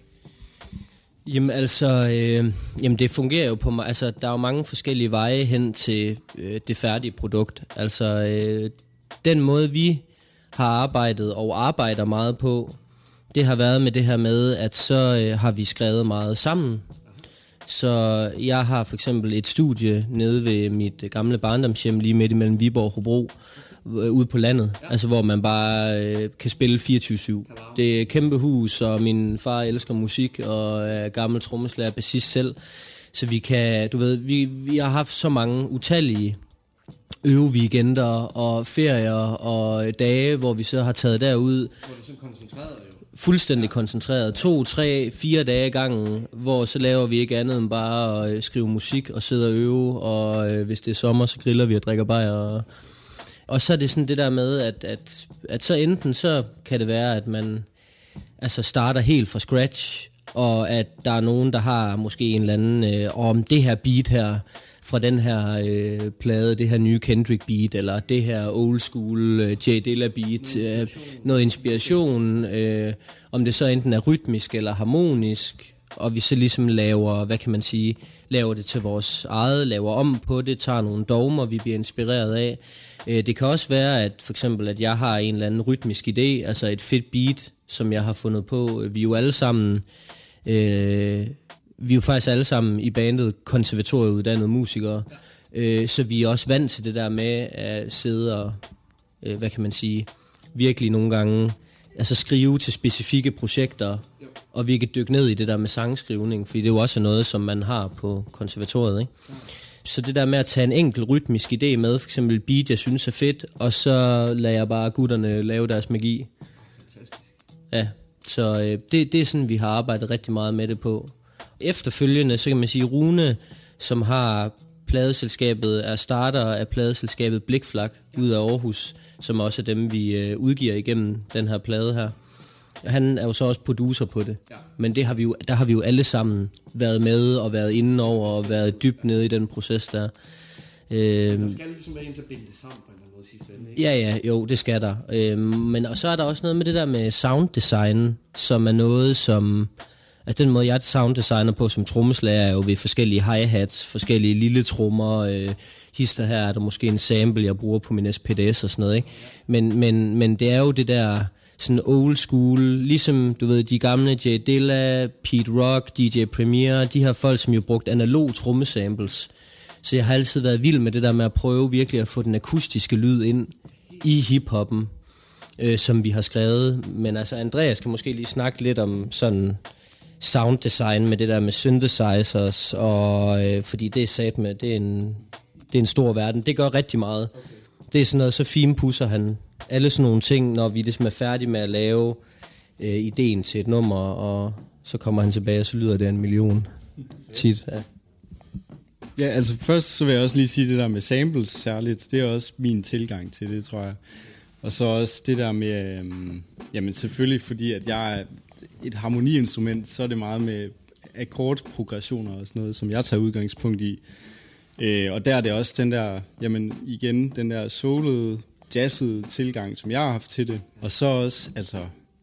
Jamen altså, øh, jamen det fungerer jo på mig. Altså, der er jo mange forskellige veje hen til øh, det færdige produkt. Altså, øh, den måde vi har arbejdet og arbejder meget på, det har været med det her med, at så øh, har vi skrevet meget sammen. Så jeg har for eksempel et studie nede ved mit gamle barndomshjem lige midt imellem Viborg og Hobro, ude på landet, ja. Altså hvor man bare øh, kan spille fireogtyve syv. Det er et kæmpe hus, og min far elsker musik, og er gammel trommeslager, bassist selv. Så vi kan, du ved, vi, vi har haft så mange utallige øveweekender og ferier og dage, hvor vi så har taget derud. Hvor det så koncentreret jo. Fuldstændig koncentreret. To, tre, fire dage i gangen, hvor så laver vi ikke andet end bare at skrive musik og sidde og øve, og øh, hvis det er sommer, så griller vi og drikker bajer. Og, og så er det sådan det der med, at, at, at så enten så kan det være, at man altså starter helt fra scratch, og at der er nogen, der har måske en eller anden, øh, om det her beat her, fra den her øh, plade, det her nye Kendrick beat, eller det her old school øh, Jay Dilla beat, øh, noget inspiration, øh, om det så enten er rytmisk eller harmonisk, og vi så ligesom laver, hvad kan man sige, laver det til vores eget, laver om på det, tager nogle dogmer, vi bliver inspireret af. Øh, det kan også være, at for eksempel, at jeg har en eller anden rytmisk idé, altså et fedt beat, som jeg har fundet på. Vi er jo alle sammen... Øh, Vi er jo faktisk alle sammen i bandet konservatorieuddannede musikere, ja. øh, så vi er også vant til det der med at sidde og øh, hvad kan man sige, virkelig nogle gange, altså skrive til specifikke projekter, og vi kan dykke ned i det der med sangskrivning, fordi det er jo også noget, som man har på konservatoriet, ikke? Så det der med at tage en enkelt rytmisk idé med, for eksempel beat, jeg synes er fedt, og så lader jeg bare gutterne lave deres magi. Ja, så øh, det, det er sådan, vi har arbejdet rigtig meget med det på. Efterfølgende, så kan man sige, Rune, som har pladeselskabet, er starter af pladeselskabet Blikflak ud af Aarhus, som også er dem, vi øh, udgiver igennem den her plade her. Han er jo så også producer på det, ja. Men det har vi jo, der har vi jo alle sammen været med og været inde over og været dybt nede i den proces der. Øhm, der skal ligesom være en til at binde det sammen på en eller anden måde sidste ende, ikke? Ja, ja, jo, det skal der. Øhm, men og så er der også noget med det der med sounddesign, som er noget, som... Altså den måde, jeg sounddesigner på som trommeslager, er jo ved forskellige hi-hats, forskellige lille trommer. Øh, hister her er der måske en sample, jeg bruger på min S P D S og sådan noget, ikke? Men, men, men det er jo det der... sådan old school, ligesom du ved, de gamle J Dilla, Pete Rock, D J Premier, de her folk, som jo brugt analog trommesamples. Så jeg har altid været vild med det der med at prøve virkelig at få den akustiske lyd ind i hiphoppen, øh, som vi har skrevet. Men altså, Andreas kan måske lige snakke lidt om sådan sounddesign med det der med synthesizers, og øh, fordi det er sat med, det er en, det er en stor verden. Det gør rigtig meget. Det er sådan noget, så finpudser han alle sådan nogle ting, når vi ligesom er færdige med at lave øh, ideen til et nummer, og så kommer han tilbage, og så lyder det en million tit. Ja. Ja, altså først så vil jeg også lige sige det der med samples særligt. Det er også min tilgang til det, tror jeg. Og så også det der med, øhm, jamen selvfølgelig fordi at jeg er et harmoniinstrument, så er det meget med akkordprogressioner og sådan noget, som jeg tager udgangspunkt i. Øh, og der er det også den der, jamen igen, den der soulede, jazzede tilgang, som jeg har haft til det. Og så også, altså,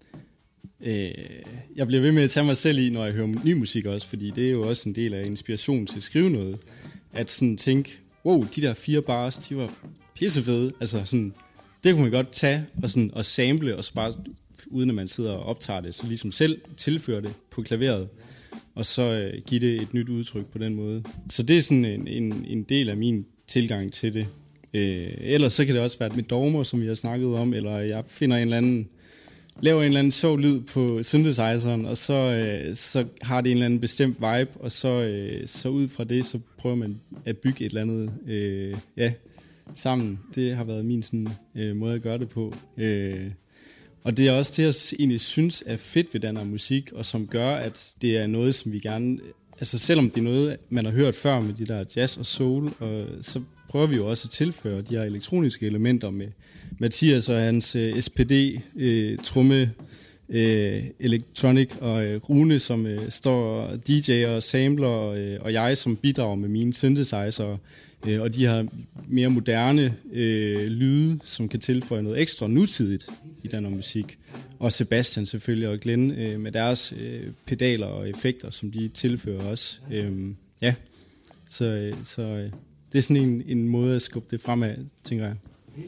øh, jeg bliver ved med at tage mig selv i, når jeg hører ny musik også, fordi det er jo også en del af inspiration til at skrive noget. At sådan tænke, wow, de der fire bars, de var pissefede. Altså sådan, det kunne man godt tage og, sådan, og sample, og så bare, uden at man sidder og optager det, så ligesom selv tilføre det på klaveret, og så øh, give det et nyt udtryk på den måde. Så det er sådan en, en, en del af min tilgang til det. Øh, ellers så kan det også være med dogmer, som vi har snakket om, eller jeg finder en eller anden, laver en eller anden sjov lyd på synthesizeren, og så, øh, så har det en eller anden bestemt vibe, og så, øh, så ud fra det, så prøver man at bygge et eller andet øh, ja, sammen. Det har været min sådan, øh, måde at gøre det på. Øh, og det er også det, jeg egentlig synes er fedt ved den her musik, og som gør, at det er noget, som vi gerne... Altså selvom det er noget, man har hørt før med de der jazz og soul, og så prøver vi jo også at tilføre de her elektroniske elementer med Mathias og hans øh, S P D, øh, tromme, øh, electronic, og øh, Rune, som øh, står D J'er og sampler, øh, og jeg, som bidrager med mine synthesizer, øh, og de her mere moderne øh, lyde, som kan tilføje noget ekstra nutidigt i den her musik. Og Sebastian selvfølgelig, og Glenn øh, med deres øh, pedaler og effekter, som de tilfører også. Øh, ja, så, så øh, det er sådan en, en måde at skubbe det fremad, tænker jeg.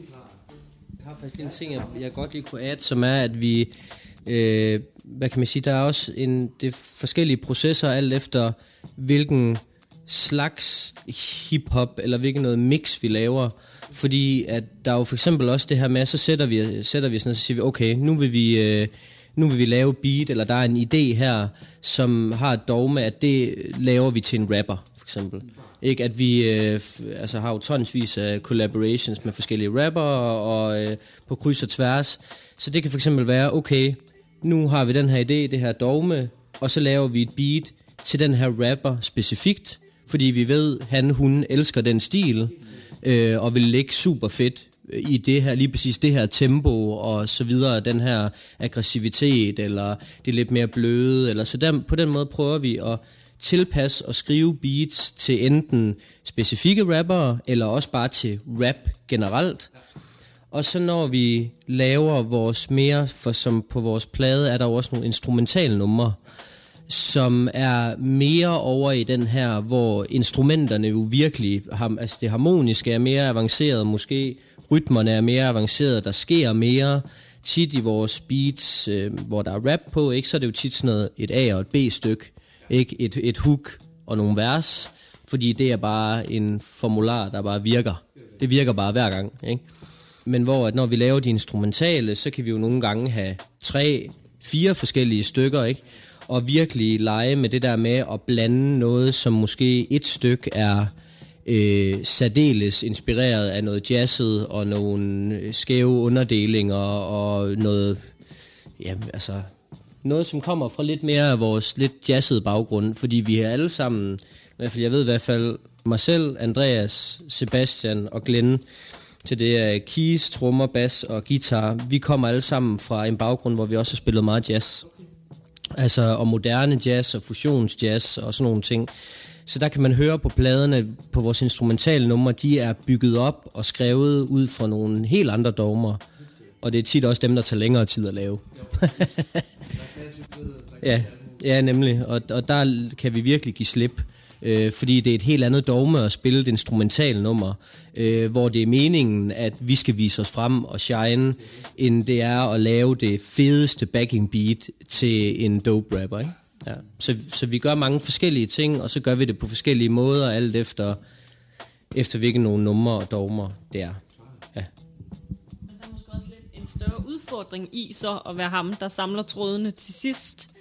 Jeg har faktisk en ting, jeg, jeg godt lige kunne add, som er, at vi, øh, hvad kan man sige, der er også en, det er forskellige processer, alt efter hvilken slags hip-hop, eller hvilken noget mix vi laver. Fordi at der er jo for eksempel også det her med, så sætter vi, sætter vi sådan, så siger vi, okay, nu vil vi, øh, nu vil vi lave beat, eller der er en idé her, som har et dogme, at det laver vi til en rapper, for eksempel. Ikke at vi øh, altså har jo tonsvis af collaborations med forskellige rapper og øh, på kryds og tværs. Så det kan for eksempel være, okay, nu har vi den her idé, det her dogme, og så laver vi et beat til den her rapper specifikt, fordi vi ved, han, hun elsker den stil, øh, og vil ligge super fedt i det her, lige præcis det her tempo, og så videre, den her aggressivitet, eller det lidt mere bløde, eller så der, på den måde prøver vi at tilpasse og skrive beats til enten specifikke rappere, eller også bare til rap generelt. Og så når vi laver vores mere, for som på vores plade, er der også nogle instrumentale numre, som er mere over i den her, hvor instrumenterne jo virkelig, altså det harmoniske er mere avanceret, måske rytmerne er mere avanceret, der sker mere. Tit i vores beats, øh, hvor der er rap på, ikke, så er det jo tit sådan noget, et A og et B-styk, ikke et, et hook og nogle vers, fordi det er bare en formular, der bare virker. Det virker bare hver gang, ikke? men hvor at når vi laver de instrumentale, så kan vi jo nogle gange have tre, fire forskellige stykker, ikke? Og virkelig lege med det der med at blande noget, som måske et stykke er øh, særdeles inspireret af noget jazzet og nogle skæve underdelinger og noget, ja, altså noget, som kommer fra lidt mere af vores lidt jazzede baggrund, fordi vi er alle sammen, i hvert fald, jeg ved i hvert fald, mig selv, Andreas, Sebastian og Glenn, til det er keys, trommer, bas og guitar. Vi kommer alle sammen fra en baggrund, hvor vi også har spillet meget jazz. Altså, og moderne jazz og fusionsjazz og sådan nogle ting. Så der kan man høre på pladerne, på vores instrumentale numre, de er bygget op og skrevet ud fra nogle helt andre dogmer. Og det er tit også dem, der tager længere tid at lave. ja, ja, nemlig. Og, og der kan vi virkelig give slip. Øh, fordi det er et helt andet dogme at spille et instrumentalt nummer, øh, hvor det er meningen, at vi skal vise os frem og shine, end det er at lave det fedeste backing beat til en dope rapper, ikke? Ja. Så, så vi gør mange forskellige ting, og så gør vi det på forskellige måder, alt efter, efter hvilke nogle numre og dogmer det er. Ja. Men der er måske også lidt en større udfordring i så at være ham, der samler trådene til sidst,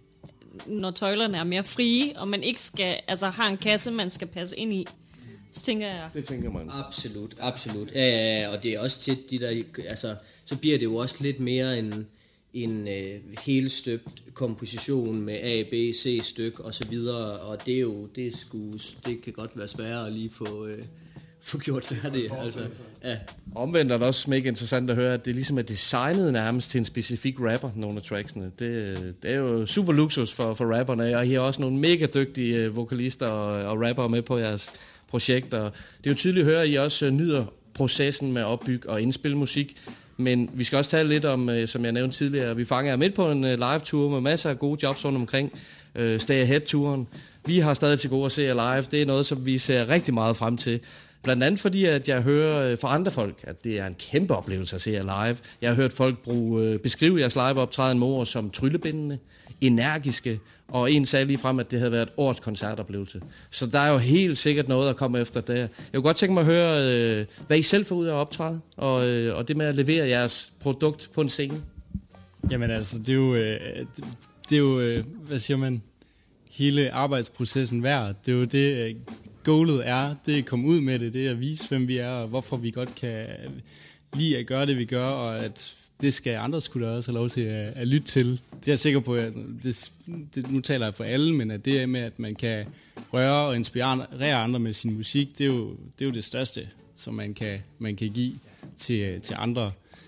når tøjlerne er mere frie, og man ikke skal, altså har en kasse, man skal passe ind i. Så tænker jeg... Det tænker man. Absolut, absolut. Ja, ja, ja, og det er også tit de der, altså, så bliver det jo også lidt mere en, en øh, helstøbt komposition med A, B, C styk og så videre, og det er jo, det, er sgu, det kan godt være sværere at lige få... Øh, få gjort færdigt. Altså, ja. Omvendt er det også mega interessant at høre, at det ligesom er designet nærmest til en specifik rapper, nogle af tracksene. Det, det er jo super luksus for, for rapperne, og I har også nogle mega dygtige vokalister og, og rappere med på jeres projekter. Det er jo tydeligt at høre, at I også nyder processen med at opbygge og indspille musik, men vi skal også tale lidt om, som jeg nævnte tidligere, vi fanger jer midt på en live-tour med masser af gode jobs rundt omkring. Stay Ahead-turen. Vi har stadig til gode at se jer live. Det er noget, som vi ser rigtig meget frem til. Blandt andet fordi, at jeg hører fra andre folk, at det er en kæmpe oplevelse at se jer live. Jeg har hørt folk bruge, beskrive jeres live-optræden med ord som tryllebindende, energiske, og en sagde lige frem, at det havde været et års koncertoplevelse. Så der er jo helt sikkert noget at komme efter der. Jeg kunne godt tænke mig at høre, hvad I selv får ud af at optræde, og, og det med at levere jeres produkt på en scene. Jamen altså, det er jo, det er jo hvad siger man, hele arbejdsprocessen værd. Det er jo det... Goalet er, det er at komme ud med det, det er at vise, hvem vi er, og hvorfor vi godt kan lide at gøre det, vi gør, og at det skal andre skulle også have lov til at, at lytte til. Det er jeg sikker på, at det, det, nu taler jeg for alle, men at det er med, at man kan røre og inspirere andre med sin musik, det er jo det, er jo det største, som man kan, man kan give til, til andre.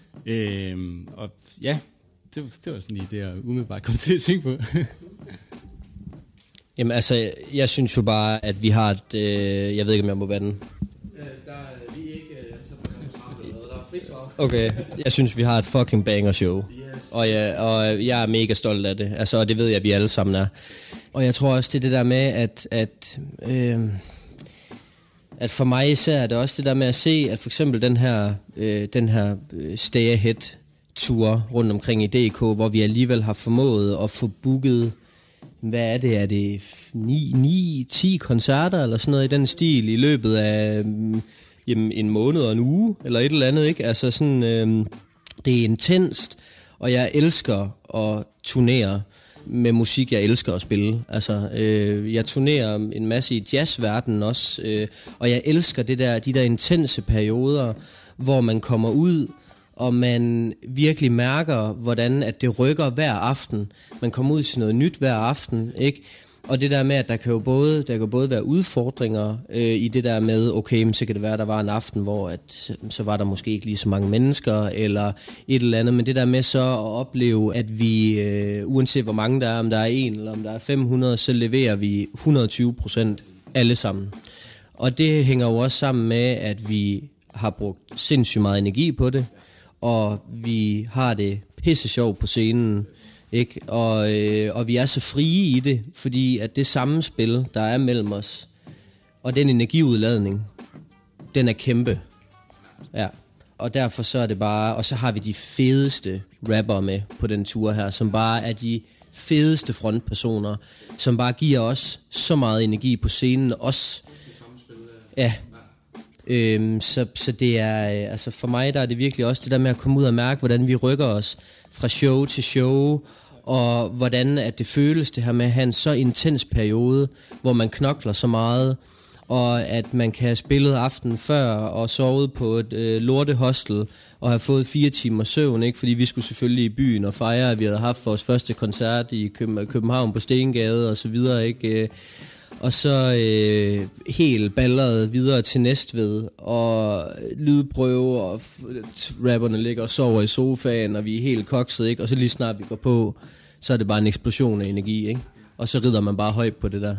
Øhm, og ja, det, det var sådan lige det, jeg umiddelbart kom til at tænke på. Jamen altså, jeg synes jo bare, at vi har et... Øh, jeg ved ikke, om jeg må vande. Der er lige ikke... Der er frit så. Okay, jeg synes, vi har et fucking banger show. Yes. Og, jeg, og jeg er mega stolt af det. Altså, og det ved jeg, at vi alle sammen er. Og jeg tror også, det er det der med, at... at øh, at for mig især er det også det der med at se, at for eksempel den her, øh, den her Stay Ahead-tour rundt omkring i D K, hvor vi alligevel har formået at få booket... Hvad er det? Er det ni ti koncerter eller sådan noget i den stil i løbet af jamen, en måned og en uge eller et eller andet, ikke? Altså sådan, øh, det er intenst, og jeg elsker at turnere med musik, jeg elsker at spille. Altså, øh, jeg turnerer en masse i jazzverdenen også, øh, og jeg elsker det der, de der intense perioder, hvor man kommer ud, og man virkelig mærker, hvordan at det rykker hver aften. Man kommer ud til noget nyt hver aften, ikke? Og det der med, at der kan jo både, der kan både være udfordringer øh, i det der med, okay, men så kan det være, at der var en aften, hvor at, så var der måske ikke lige så mange mennesker, eller et eller andet, men det der med så at opleve, at vi, øh, uanset hvor mange der er, om der er en eller om der er fem hundrede, så leverer vi et hundrede og tyve procent alle sammen. Og det hænger jo også sammen med, at vi har brugt sindssygt meget energi på det, og vi har det pisse sjovt på scenen, ikke? Og, øh, og vi er så frie i det, fordi at det sammenspil, der er mellem os, og den energiudladning, den er kæmpe. Ja. Og derfor så er det bare, og så har vi de fedeste rappere med på den tur her, som bare er de fedeste frontpersoner, som bare giver os så meget energi på scenen, også. Ja. Øhm, så, så det er, øh, altså for mig der er det virkelig også det der med at komme ud og mærke, hvordan vi rykker os fra show til show, og hvordan at det føles det her med at have en så intens periode, hvor man knokler så meget, og at man kan have spillet aftenen før og sovet på et øh, lortehostel og have fået fire timer søvn, ikke? Fordi vi skulle selvfølgelig i byen og fejre, at vi havde haft vores første koncert i København på Stengade og så videre, ikke? Og så øh, helt balleret videre til Næstved, og lydprøve, og rapperne ligger og sover i sofaen, og vi er helt kokset, ikke? Og så lige snart vi går på, så er det bare en eksplosion af energi, ikke? Og så rider man bare højt på det der.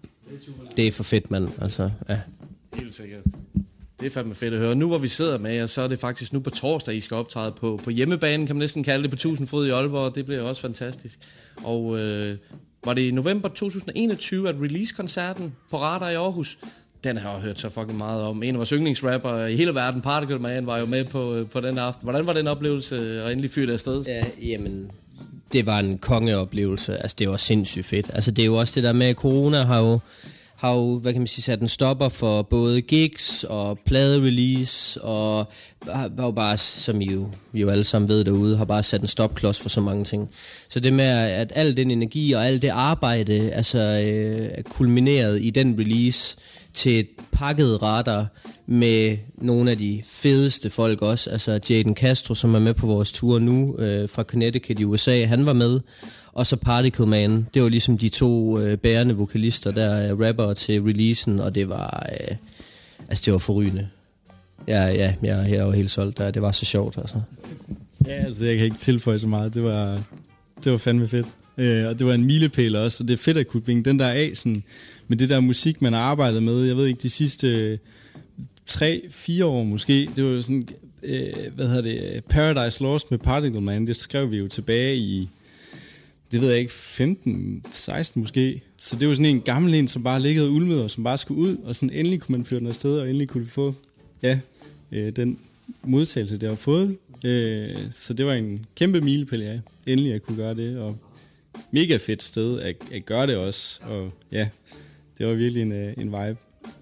Det er for fedt, mand. Altså, ja. Helt sikkert. Det er fandme fedt at høre. Nu hvor vi sidder med jer, så er det faktisk nu på torsdag, I skal optræde på, på hjemmebanen, kan man næsten kalde det, på tusind fod i Aalborg. Det bliver også fantastisk. Og øh, var det i november to tusind enogtyve, at release-koncerten på Radar i Aarhus, den har jeg hørt så fucking meget om. En af vores yndlingsrapper i hele verden, Particle Man, var jo med på, på den aften. Hvordan var den oplevelse at endelig fyre det afsted? Ja, jamen, det var en kongeoplevelse. Altså, det var sindssygt fedt. Altså, det er jo også det der med, at corona har jo, har jo, hvad kan man sige, sat en stopper for både gigs og pladerelease, og har jo bare, som I jo, vi jo alle sammen ved derude, har bare sat en stopklods for så mange ting. Så det med, at al den energi og al det arbejde, altså, øh, er kulmineret i den release til et pakket Radar med nogle af de fedeste folk også. Altså Jaden Castro, som er med på vores tur nu øh, fra Connecticut i U S A, han var med. Og så Particle Man. Det var ligesom de to øh, bærende vokalister der, øh, rapper til releasen, og det var, øh, altså det var forrygende. Ja, ja, jeg, jeg var helt solgt der. Det var så sjovt, altså. Ja, altså jeg kan ikke tilføje så meget. Det var, det var fandme fedt. Øh, og det var en milepæl også, og det er fedt at kunne vinge den der af, sådan, med det der musik, man har arbejdet med. Jeg ved ikke, de sidste tre, fire år måske, det var jo sådan, øh, hvad hedder det, Paradise Lost med Particle Man, det skrev vi jo tilbage i, det ved jeg ikke, femten, seksten måske. Så det var sådan en gammel en, som bare liggede og ulmede, og som bare skulle ud, og sådan endelig kunne man føre den afsted, og endelig kunne få, ja, øh, den modtagelse, det har fået. Øh, så det var en kæmpe milepæl, ja, endelig at kunne gøre det, og mega fedt sted at, at gøre det også, og ja, det var virkelig en, en vibe.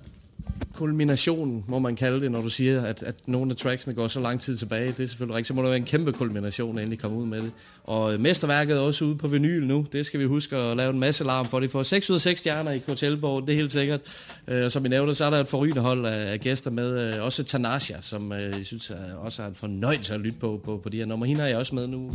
Kulmination, må man kalde det, når du siger, at, at nogle af tracksene går så lang tid tilbage. Det er selvfølgelig rigtigt. Så må det være en kæmpe kulmination at endelig komme ud med det. Og mesterværket er også ude på vinyl nu. Det skal vi huske at lave en masse larm for. De får seks ud af seks stjerner i K T L-borg, det er helt sikkert. Uh, og som I nævnte, så er der et forrygende hold af, af gæster med. Uh, også Tanasha, som uh, jeg synes er, også er en fornøjelse at lytte på, på, på de her numre. Hende er jeg også med nu.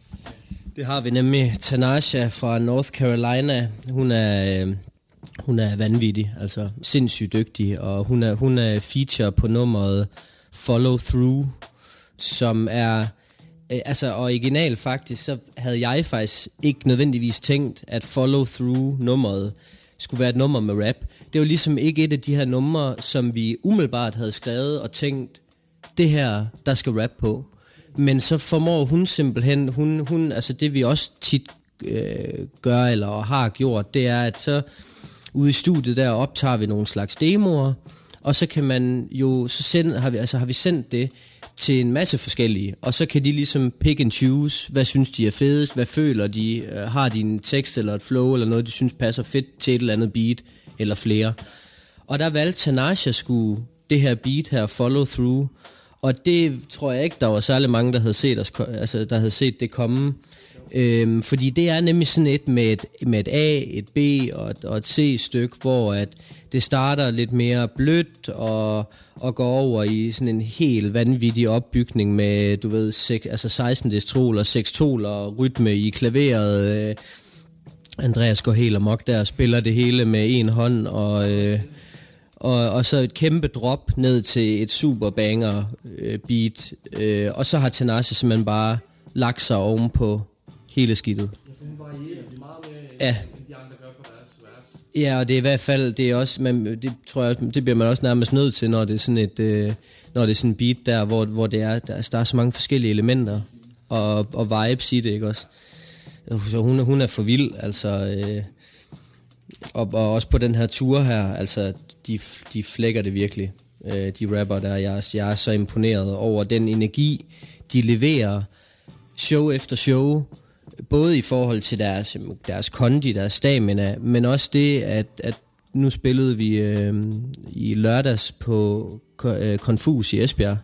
Det har vi nemlig. Tanasha fra North Carolina. Hun er... Øh Hun er vanvittig, altså sindssygt dygtig, og hun er, hun er feature på nummeret Follow Through, som er, øh, altså original faktisk, så havde jeg faktisk ikke nødvendigvis tænkt, at Follow Through nummeret skulle være et nummer med rap. Det var ligesom ikke et af de her numre, som vi umiddelbart havde skrevet og tænkt, det her, der skal rap på. Men så formår hun simpelthen, hun, hun, altså det vi også tit øh, gør eller har gjort, det er, at så ude i studiet der optager vi nogle slags demoer, og så kan man jo, så send, har, vi, altså har vi sendt det til en masse forskellige, og så kan de ligesom pick and choose, hvad synes de er fedest, hvad føler de, øh, har de en tekst eller et flow, eller noget de synes passer fedt til et eller andet beat, eller flere. Og der valgte Tanasha skulle det her beat her, Follow Through, og det tror jeg ikke, der var særlig mange, der havde set, os, altså, der havde set det komme. Øhm, fordi det er nemlig sådan et med et, med et A, et B og et, og et C-stykke, hvor at det starter lidt mere blødt og, og går over i sådan en helt vanvittig opbygning med, du ved, sek, altså seksten destroler, sekstoler og rytme i klaveret. Øh, Andreas går helt amok der og spiller det hele med en hånd, og, øh, og, og så et kæmpe drop ned til et super banger øh, beat. Øh, og så har Tanasha simpelthen bare lagt sig ovenpå hele skidtet. Ja. Ja, og det er i hvert fald, det er også, man, det tror jeg, det bliver man også nærmest nødt til, når det er sådan et, øh, når det er sådan en beat der, hvor, hvor det er, der, der er så mange forskellige elementer og, og vibes i det, ikke også? Så hun, hun er for vild, altså, øh, og, og også på den her tur her, altså, de, de flækker det virkelig, øh, de rapper der, jeg, jeg er så imponeret over den energi, de leverer show efter show, både i forhold til deres, deres kondi, deres stamina, men også det, at, at nu spillede vi øh, i lørdags på øh, Konfus i Esbjerg.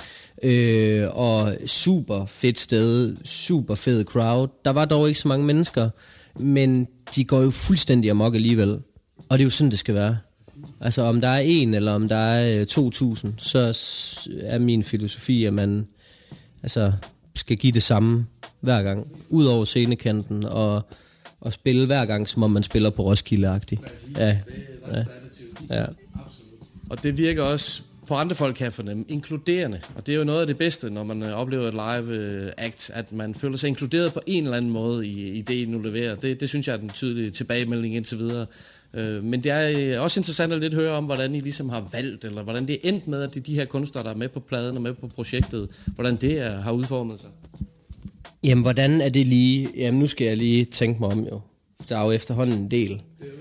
Øh, og super fedt sted, super fed crowd. Der var dog ikke så mange mennesker, men de går jo fuldstændig amok alligevel. Og det er jo sådan, det skal være. Altså om der er en, eller om der er to tusind, så er min filosofi, at man altså, skal give det samme hver gang. Ud over scenekanten, og, og spille hver gang, som om man spiller på Roskilde-agtigt. Ja, ja, ja. Og det virker også på andre folk kan fornemme inkluderende. Og det er jo noget af det bedste, når man oplever et live act, at man føler sig inkluderet på en eller anden måde i, i det, nu leverer. Det, det synes jeg er den tydelige tilbagemelding indtil videre. Men det er også interessant at lidt høre om, hvordan I ligesom har valgt, eller hvordan det er endt med, at det er de her kunstnere, der er med på pladen og med på projektet, hvordan det er, har udformet sig. Jamen, hvordan er det lige? Jamen, nu skal jeg lige tænke mig om jo. Der er jo efterhånden en del.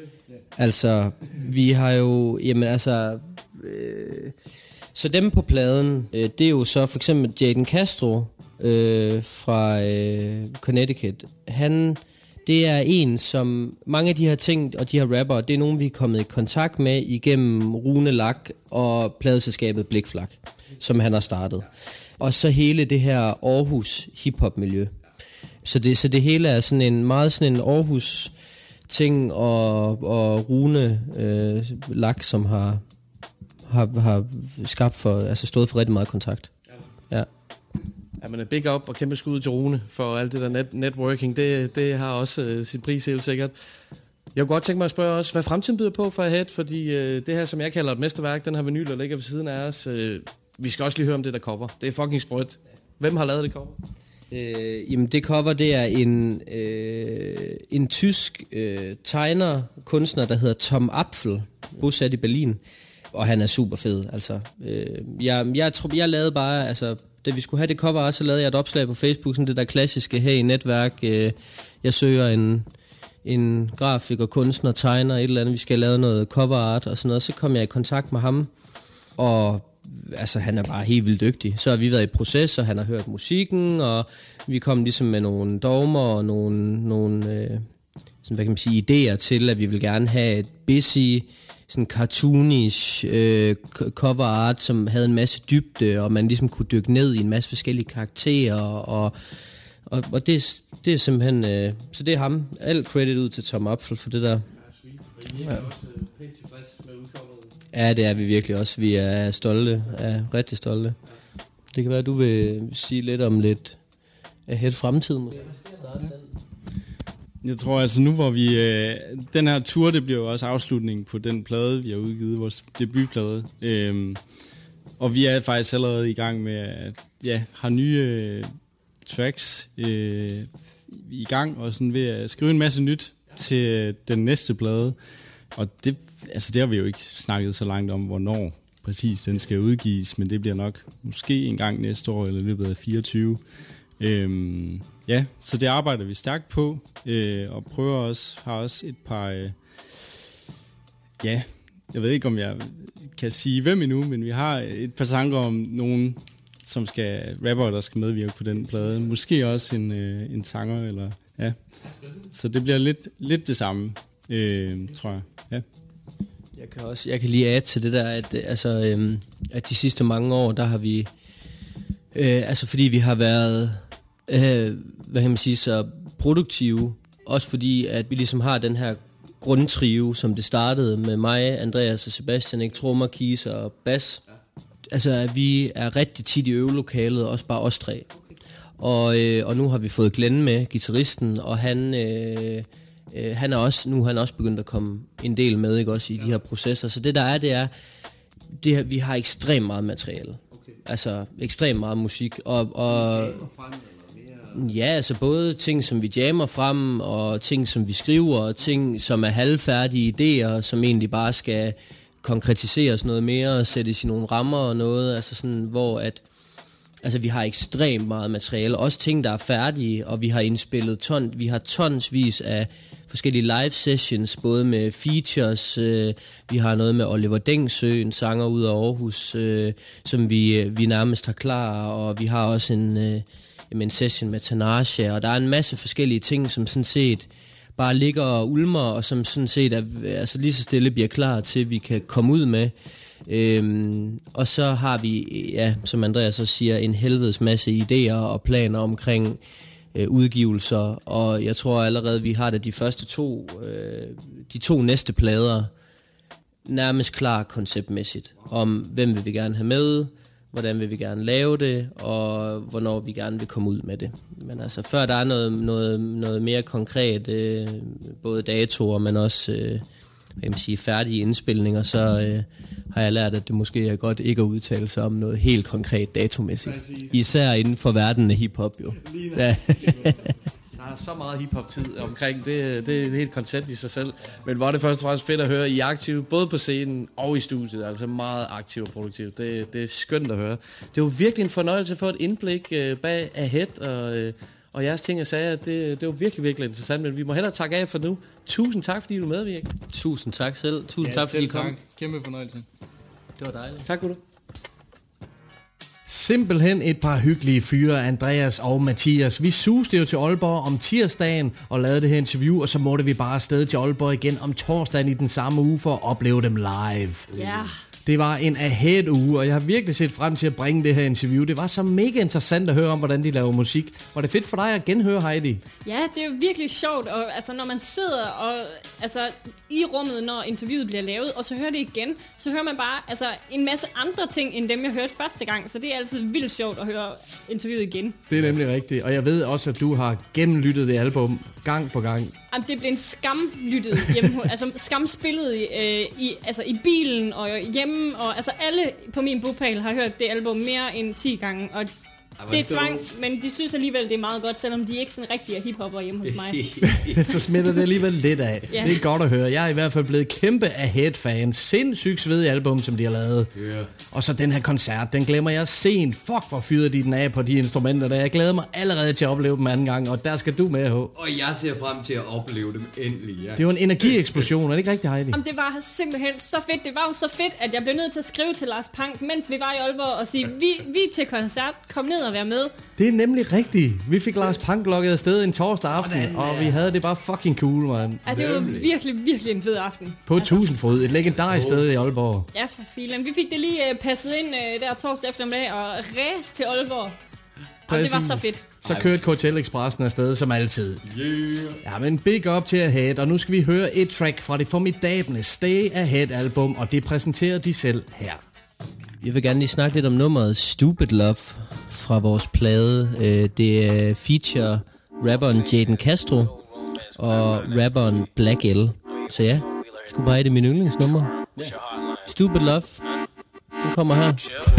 Altså, vi har jo, jamen altså, øh, så dem på pladen, øh, det er jo så for eksempel Jaden Castro øh, fra øh, Connecticut. Han, det er en, som mange af de her ting, og de her rapper, det er nogen, vi er kommet i kontakt med igennem Rune Lak og pladeselskabet Blikflak, som han har startet. Og så hele det her Aarhus hiphop-miljø. Så det, så det hele er sådan en meget sådan en Aarhus ting, og, og Rune øh, Lak, som har, har, har skabt for, altså stået for rigtig meget kontakt. Ja. Ja, men big up og kæmpe skud til Rune for alt det der net, networking. Det, det har også øh, sin pris helt sikkert. Jeg kunne godt tænke mig at spørge også, hvad fremtiden byder på for Ahead, fordi øh, det her, som jeg kalder et mesterværk, den her vinyl, der ligger ved siden af os, øh, vi skal også lige høre om det der cover. Det er fucking sprødt. Hvem har lavet det cover? Øh, jamen det cover, det er en, øh, en tysk øh, tegner, kunstner, der hedder Tom Apfel, bosat i Berlin, og han er super fed. Altså, øh, jeg, jeg, tror, jeg lavede bare, altså, da vi skulle have det cover, så lavede jeg et opslag på Facebook, sådan det der klassiske, hey, netværk, øh, jeg søger en, en grafiker, kunstner, tegner, et eller andet, vi skal lave noget cover art og sådan noget, så kom jeg i kontakt med ham, og altså han er bare helt vildt dygtig. Så har vi været i proces, og han har hørt musikken, og vi kom ligesom med nogle dogmer og nogle, nogle øh, sådan, hvad kan man sige, idéer til, at vi vil gerne have et busy, sådan cartoonish øh, cover art, som havde en masse dybde, og man ligesom kunne dykke ned i en masse forskellige karakterer, og, og, og det, det er simpelthen, øh, så det er ham. Alt credit ud til Tom Apfel for det der. Ja. Ja, det er vi virkelig også. Vi er stolte, er rigtig stolte. Det kan være, at du vil sige lidt om lidt Ahead fremtiden. Jeg tror altså nu, hvor vi... Øh, den her tur, det bliver jo også afslutningen på den plade, vi har udgivet, vores debutplade. Øhm, og vi er faktisk allerede i gang med at ja, har nye øh, tracks øh, i gang, og sådan ved at skrive en masse nyt til øh, den næste plade. Og det, altså det har vi jo ikke snakket så langt om, hvornår præcis den skal udgives, men det bliver nok måske en gang næste år, eller i løbet af fireogtyve. Øhm, ja, så det arbejder vi stærkt på, øh, og prøver også, har også et par, øh, ja, jeg ved ikke om jeg kan sige hvem endnu, men vi har et par tanker om nogen, som skal, rapper, der skal medvirke på den plade. Måske også en, øh, en sanger, eller ja. Så det bliver lidt, lidt det samme, øh, tror jeg, ja. Jeg kan også, jeg kan lige add til det der, at, altså, øhm, at de sidste mange år, der har vi, øh, altså fordi vi har været, øh, hvad kan man sige, så produktive, også fordi, at vi ligesom har den her grundtrio, som det startede med mig, Andreas og Sebastian, ikke, trommer, keys og bas. Altså, at vi er rigtig tit i øvelokalet, også bare os tre. Og, øh, og nu har vi fået Glenn med, guitaristen, og han... Øh, Uh, han er også nu han er også begyndt at komme en del med, ikke, også i de her processer. Så det der er, det er det her, vi har ekstremt meget materiale. Okay. Altså ekstremt meget musik og og ja, altså både ting som vi jammer frem, og ting som vi skriver, og ting som er halvfærdige idéer, som egentlig bare skal konkretiseres noget mere og sættes i nogle rammer og noget, altså sådan hvor at altså, vi har ekstremt meget materiale, også ting, der er færdige, og vi har indspillet ton, vi har tonsvis af forskellige live sessions, både med features, øh, vi har noget med Oliver Dengsø, en sanger ud af Aarhus, øh, som vi, vi nærmest har klar, og vi har også en, øh, en session med Tanasha, og der er en masse forskellige ting, som sådan set bare ligger og ulmer, og som sådan set er, altså lige så stille bliver klar til, at vi kan komme ud med. Øhm, og så har vi, ja, som Andreas så siger, en helvedes masse idéer og planer omkring øh, udgivelser, og jeg tror allerede, vi har det de første to, øh, de to næste plader nærmest klar konceptmæssigt, om hvem vil vi gerne have med, hvordan vil vi gerne lave det, og hvornår vi gerne vil komme ud med det. Men altså, før der er noget, noget, noget mere konkret, øh, både datoer, men også øh, hvad kan man sige, færdige indspilninger, så øh, har jeg lært, at det måske er godt ikke at udtale sig om noget helt konkret datomæssigt. Præcis. Især inden for verdenen af hiphop, jo. Ja. Der er så meget hiphop-tid omkring, det, det er et helt koncept i sig selv. Men hvor er det først og fremmest fedt at høre, I er aktive, både på scenen og i studiet, altså meget aktiv og produktiv. Det, det er skønt at høre. Det er jo virkelig en fornøjelse at få et indblik øh, bag Ahead og, øh, og jeres ting og sager. Det, det er jo virkelig, virkelig interessant, men vi må hellere takke af for nu. Tusind tak, fordi du medvirker. Tusind tak selv. Tusind ja, tak, fordi I kom. Tak. Kæmpe fornøjelse. Det var dejligt. Tak, Gutter. Simpelthen et par hyggelige fyre, Andreas og Mathias. Vi suste jo til Aalborg om tirsdagen og lavede det her interview, og så måtte vi bare afsted til Aalborg igen om torsdagen i den samme uge for at opleve dem live. Ja. Det var en Ahead-uge, og jeg har virkelig set frem til at bringe det her interview. Det var så mega interessant at høre om, hvordan de laver musik. Var det fedt for dig at genhøre, Heidi? Ja, det er jo virkelig sjovt, og altså, når man sidder og, altså, i rummet, når interviewet bliver lavet, og så hører det igen, så hører man bare altså, en masse andre ting, end dem, jeg hørte første gang. Så det er altid vildt sjovt at høre interviewet igen. Det er nemlig rigtigt, og jeg ved også, at du har gennemlyttet det album gang på gang. Jamen, det blev en skamlyttet hjemme, altså skamspillet i, øh, i, altså, i bilen og hjemme, og altså alle på min bopæl har hørt det album mere end ti gange, og det er tvang, men de synes alligevel, det er meget godt, selvom de ikke sådan rigtig er hiphopper hjemme hos mig. Så smitter det alligevel lidt af. Ja. Det er godt at høre. Jeg er i hvert fald blevet kæmpe Ahead-fan. Sindssygt svedig album, som de har lavet. Yeah. Og så den her koncert, den glemmer jeg sent. Fuck, hvor fyrede de den af på de instrumenter der. Jeg glæder mig allerede til at opleve dem anden gang, og der skal du med, H. Og jeg ser frem til at opleve dem endelig. Ja. Det er jo en energieksplosion, er det ikke rigtigt, Heidi? Jamen, det var simpelthen så fedt. Det var jo så fedt, at jeg blev nødt til at skrive til Lars Pank, mens vi var i Aalborg, og sige, vi, vi er til koncert, kom ned og vær med. Det er nemlig rigtigt. Vi fik Lars Pank lukket afsted en torsdag aften, sådan, og vi havde det bare fucking cool, man. Ja, det var virkelig, virkelig en fed aften. På altså. Tusindfod, et legendarisk oh. sted i Aalborg. Ja, for filen. Vi fik det lige uh, passet ind uh, der torsdag eftermiddag og ræst til Aalborg. Og det var så fedt. Så kørte K T L Expressen afsted som altid. Yeah. Ja, men big up til Ahead, og nu skal vi høre et track fra det formidable Stay Ahead album, og det præsenterer de selv her. Jeg vil gerne lige snakke lidt om nummeret Stupid Love fra vores plade. Det feature rapperen Jaden Castro og rapperen Black L. Så ja, skulle bare have det min yndlingsnummer. Stupid Love. Den kommer her.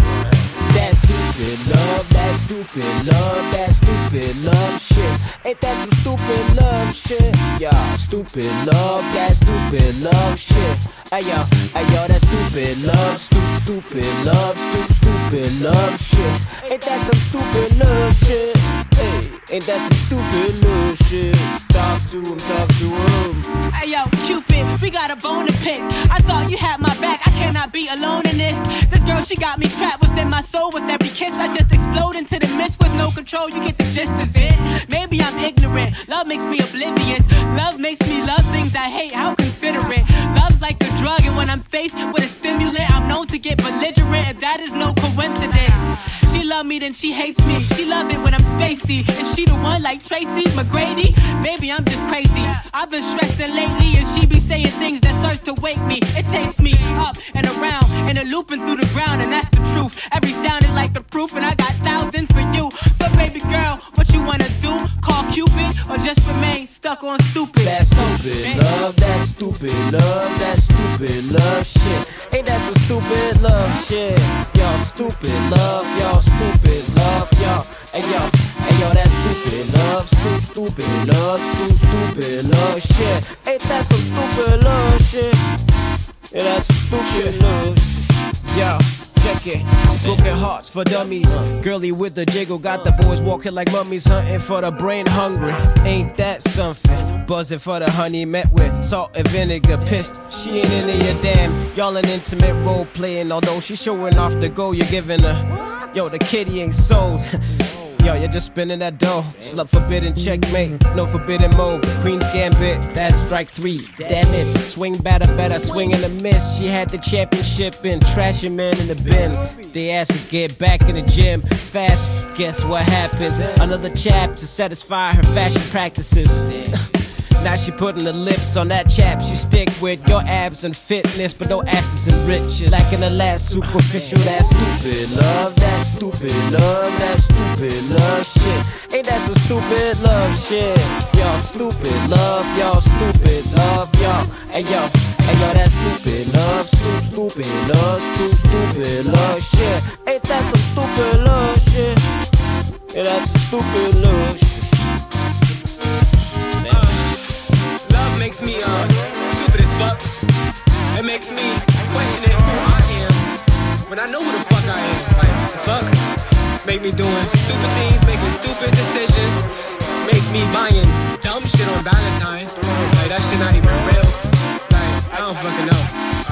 That stupid love, that stupid love, that stupid love shit. Ain't that some stupid love shit? Yeah, stupid love, that stupid love shit. Ayo, ayo, that stupid love, stu stupid love, stu stupid love shit. Ain't that some stupid love shit? Hey, ain't that some stupid love shit? Talk to him, talk to him. Ayo, Cupid, we got a bone to pick. I thought you had my back, I cannot be alone in this. This girl, she got me trapped within my soul. With every kiss, I just explode into the mist with no control. You get the gist of it. Maybe I'm ignorant. Love makes me oblivious. Love makes me love things I hate. How considerate. Love's like a drug, and when I'm faced with a stimulant, I'm known to get belligerent, and that is no coincidence. She love me, then she hates me. She love it when I'm spacey. Is she the one like Tracy McGrady? Maybe I'm just crazy. I've been stressing lately, and she be saying things that starts to wake me. It takes me up and around, and a looping through the ground, and that's the truth. Every sound is like the proof, and I got thousands for you. So baby girl, what you wanna do? Call Cupid, or just remain stuck on stupid? That stupid love, that stupid love, that stupid love shit. Ain't that some stupid love shit? Y'all stupid love, y'all stupid love, y'all. Hey yo, hey yo, that stupid love, stu stupid love, stu stupid love shit. Ain't that some stupid love shit? Yeah, that's stupid love shit. Yo, check it. Broken hearts for dummies. Girly with the jiggle, got the boys walking like mummies, hunting for the brain hungry. Ain't that something? Buzzing for the honey, met with salt and vinegar. Pissed, she ain't into your damn. Y'all an intimate role playing, although she showing off the goal you're giving her. Yo, the kitty ain't sold. Yo, you're just spinning that dough. Slut forbidden, checkmate. No forbidden move. Queen's Gambit, that's strike three. Damn it, swing better, better, swing and a miss. She had the championship and trashing men in the bin. They asked to get back in the gym fast. Guess what happens? Another chap to satisfy her fashion practices. Now she putting the lips on that chap. She stick with your abs and fitness, but no asses and riches. Lacking the last superficial, that stupid love, that stupid love, that stupid love shit. Ain't that some stupid love shit? Y'all stupid love, y'all stupid love, y'all. Hey yo, hey yo, that stupid love, stu- stupid love, stu- stupid love shit. Ain't that some stupid love shit? Yeah, that's stupid love shit. Makes me uh stupid as fuck. It makes me question who I am when I know who the fuck I am. Like the fuck, make me doing stupid things, making stupid decisions, make me buying dumb shit on Valentine. Like that shit not even real. Like I don't fucking know.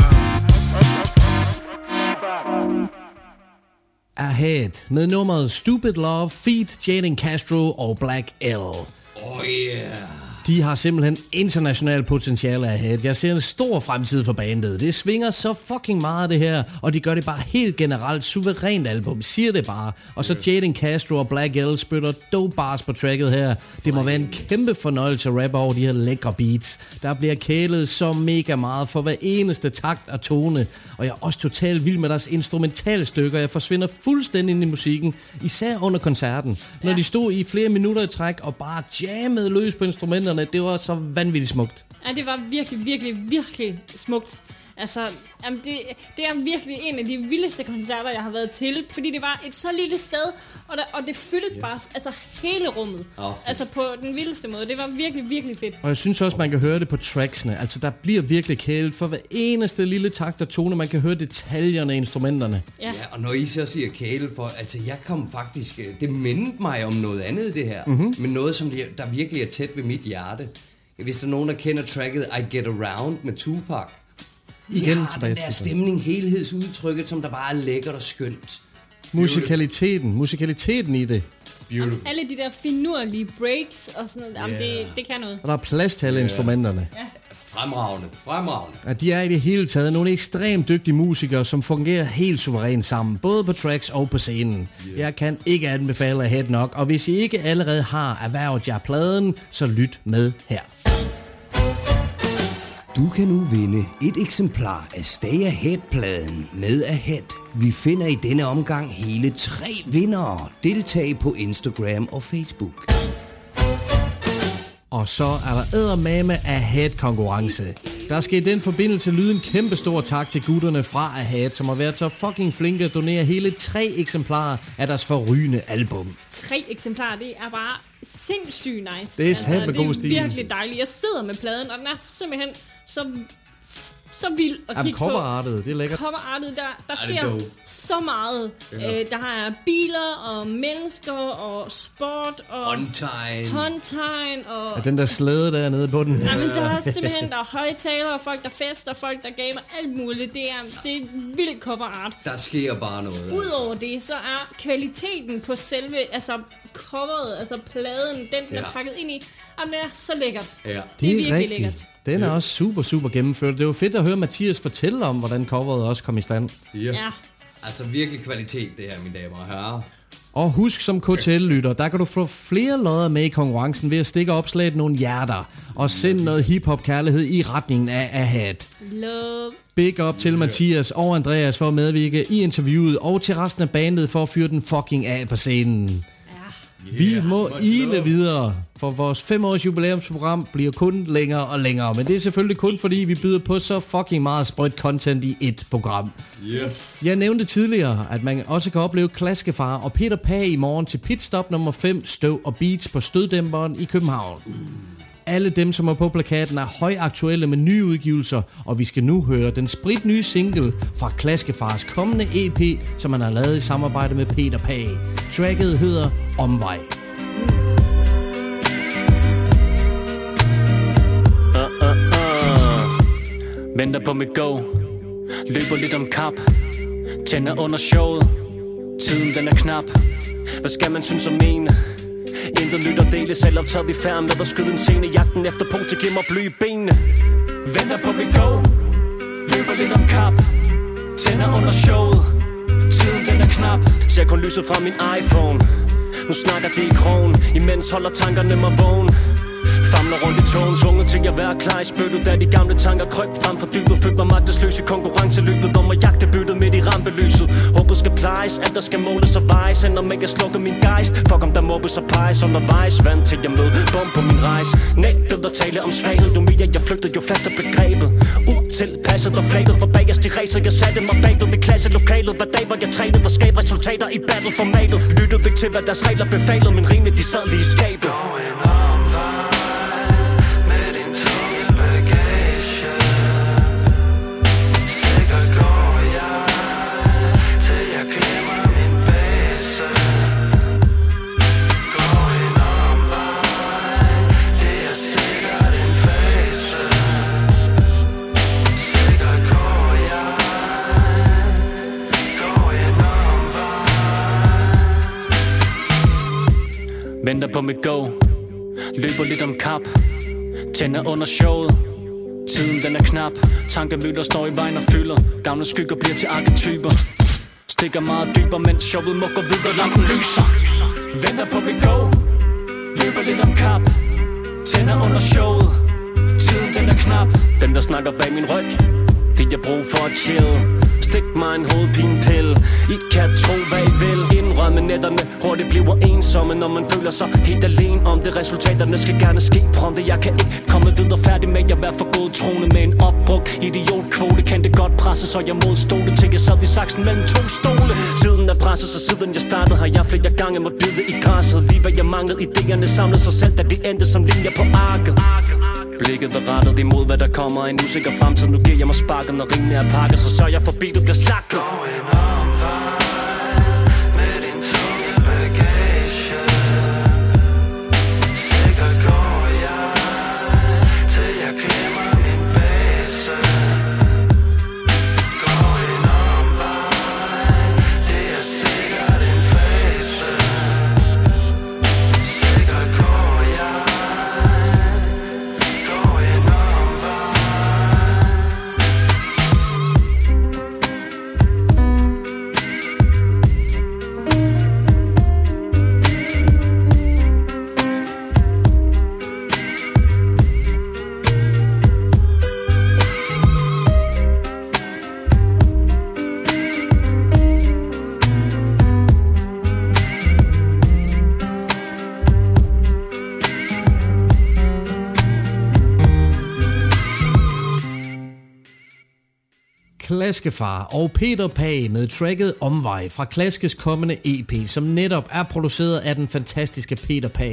Ahead med nummeret Stupid Love, feat. Jaden Castro og Black L. Oh yeah. De har simpelthen international potentiale Ahead. Jeg ser en stor fremtid for bandet. Det svinger så fucking meget det her, og de gør det bare helt generelt suverænt album. Siger det bare. Og så Jaden Castro og Black L spytter dope bars på tracket her. Det må være en kæmpe fornøjelse at rappe over de her lækre beats. Der bliver kælet så mega meget for hver eneste takt og tone. Og jeg er også totalt vild med deres instrumentale stykker. Jeg forsvinder fuldstændig ind i musikken, især under koncerten. Når de stod i flere minutter i træk og bare jammede løs på instrumenterne. Det var så vanvittigt smukt. Ja, det var virkelig, virkelig, virkelig smukt. Altså, jamen det, det er virkelig en af de vildeste koncerter, jeg har været til, fordi det var et så lille sted, og, der, og det fyldte yeah. bare altså, hele rummet. Oh, altså på den vildeste måde. Det var virkelig, virkelig fedt. Og jeg synes også, man kan høre det på tracksene. Altså, der bliver virkelig kælet for hver eneste lille takt og tone. Man kan høre detaljerne i instrumenterne. Ja, ja, og når I så siger kæle for, altså jeg kom faktisk, det mindede mig om noget andet det her, mm-hmm. men noget, som der virkelig er tæt ved mit hjerte. Hvis der er nogen, der kender tracket I Get Around med Tupac, igen ja, den der stemning, helhedsudtrykket, som der bare er lækkert og skønt. Musikaliteten, musikaliteten i det. Beautiful. Alle de der finurlige breaks og sådan noget, yeah. jamen det, det kan noget. Og der er plads til alle yeah. instrumenterne. Ja. Fremragende, fremragende. Ja, de er i det hele taget nogle ekstremt dygtige musikere, som fungerer helt suverænt sammen, både på tracks og på scenen. Yeah. Jeg kan ikke anbefale Ahead nok, og hvis I ikke allerede har erhvervet jer pladen, så lyt med her. Du kan nu vinde et eksemplar af Stay Ahead-pladen med Ahead. Vi finder i denne omgang hele tre vindere. Deltag på Instagram og Facebook. Og så er der eddermame Ahead-konkurrence. Der skal i den forbindelse lyde en kæmpe stor tak til gutterne fra Ahead, som har været så fucking flinke at donere hele tre eksemplarer af deres forrygende album. Tre eksemplarer, det er bare sindssygt nice. Det er altså, satme god stil. Det er virkelig dejligt. Jeg sidder med pladen, og den er simpelthen så... så vild at Jamen, kigge på. coverartet, det er lækkert. Coverartet, der, der sker så meget. Ja. Øh, der er biler og mennesker og sport og håndtegn. håndtegn og... Ja, den der slæde dernede på den. Jamen, der er simpelthen der er højtalere, folk der fester, folk der gamer, alt muligt. Det er, det er vildt coverart. Der sker bare noget. Udover altså. det, så er kvaliteten på selve, altså coveret, altså pladen, den der ja. er pakket ind i, jamen, det er så lækkert. Ja. Det, det er, er virkelig rigtigt. lækkert. Den er også super, super gennemført. Det er jo fedt at høre Mathias fortælle om, hvordan coveret også kom i stand. Ja. ja. Altså virkelig kvalitet, det her, mine damer og herrer. Og husk som K T L-lytter, der kan du få flere lodder med i konkurrencen ved at stikke opslaget nogle hjerter og sende noget hiphop-kærlighed i retningen af Ahead. Love. Big up til Mathias og Andreas for at medvirke i interviewet, og til resten af bandet for at fyre den fucking af på scenen. Yeah, vi må ile videre, for vores fem års jubilæumsprogram bliver kun længere og længere. Men det er selvfølgelig kun fordi, vi byder på så fucking meget sprødt content i et program. Yes. Jeg nævnte tidligere, at man også kan opleve Klaskefar og Peter Pag i morgen til pitstop nummer fem, Støv og Beats på Støddæmperen i København. Mm. Alle dem, som er på plakaten, er højaktuelle med nye udgivelser, og vi skal nu høre den spritnye single fra Klaskefars kommende E P, som han har lavet i samarbejde med Peter Pag. Tracket hedder Omvej. Uh, uh, uh. Venter på mit go. Løber lidt om kap. Tænder under showet. Tiden den er knap. Hvad skal man synes om mene? Intet nyt at dele, selv optaget i færd med at skyde en scene. Jagten efter punkt til giver mig bly i benene. Venter på mit go, løber lidt om kap. Tænder under showet, tiden den er knap. Ser kun lyset fra min iPhone. Nu snakker det i krogen, imens holder tankerne mig vågen. Famler rundt i togen, tvunget til at være klar i spyttet. Da de gamle tanker krøb frem for dybet. Følte mig magtesløs i konkurrenceløbet om at jagte byttet midt i rampelyset. Håbet skal plejes, alt der skal måles og vejes. End om jeg kan slukke min gejst. Fuck om der mobbes og peges undervejs. Vand til jeg mød, bum på min rejse. Nægtet at tale om svaghed. Jo mere jeg flygtede, jo faster begrebet. Utilpasset og flaget. For bagerst i ræset, jeg satte mig bagved. Det klasselokalet, hver dag var jeg trænet. Og skab resultater i battleformatet. Lyttede ikke til hvad deres regler befalede. Men rimelig de sad lige i skabet. Venter på mit go, løber lidt om kap. Tænder under showet, tiden den er knap. Tankemøller står i vejen og fylder. Gamle skygger bliver til arketyper. Stikker meget dybere, mens showet må gå videre. Lampen lyser. Venter på mit go, løber lidt om kap. Tænder under showet, tiden den er knap. Dem der snakker bag min ryg, det jeg brug for at chill. Stik mig en hovedpinepille. I kan tro hvad I vil. Indrømme netterne hurtigt bliver ensomme. Når man føler sig helt alene om det. Resultaterne skal gerne ske prompte. Jeg kan ikke komme videre færdig med at være for god trone. Med en opbrugt idiotkvote kan det godt presse. Så jeg modstod det til jeg sad i saksen mellem to stole. Tiden er presset, så siden jeg startede har jeg flere gange måtte bide i græsset. Lige hvad jeg manglede, idéerne samlede sig selv. Da det endte som linjer på arket. Blikket var rettet imod hvad der kommer. En usikker fremtid, nu giver jeg mig sparket. Når ringen er pakket, så sørger jeg forbi du bliver slagtet. Klaskefar og Peter Pag med tracket Omvej fra Klaskes kommende E P, som netop er produceret af den fantastiske Peter Pag.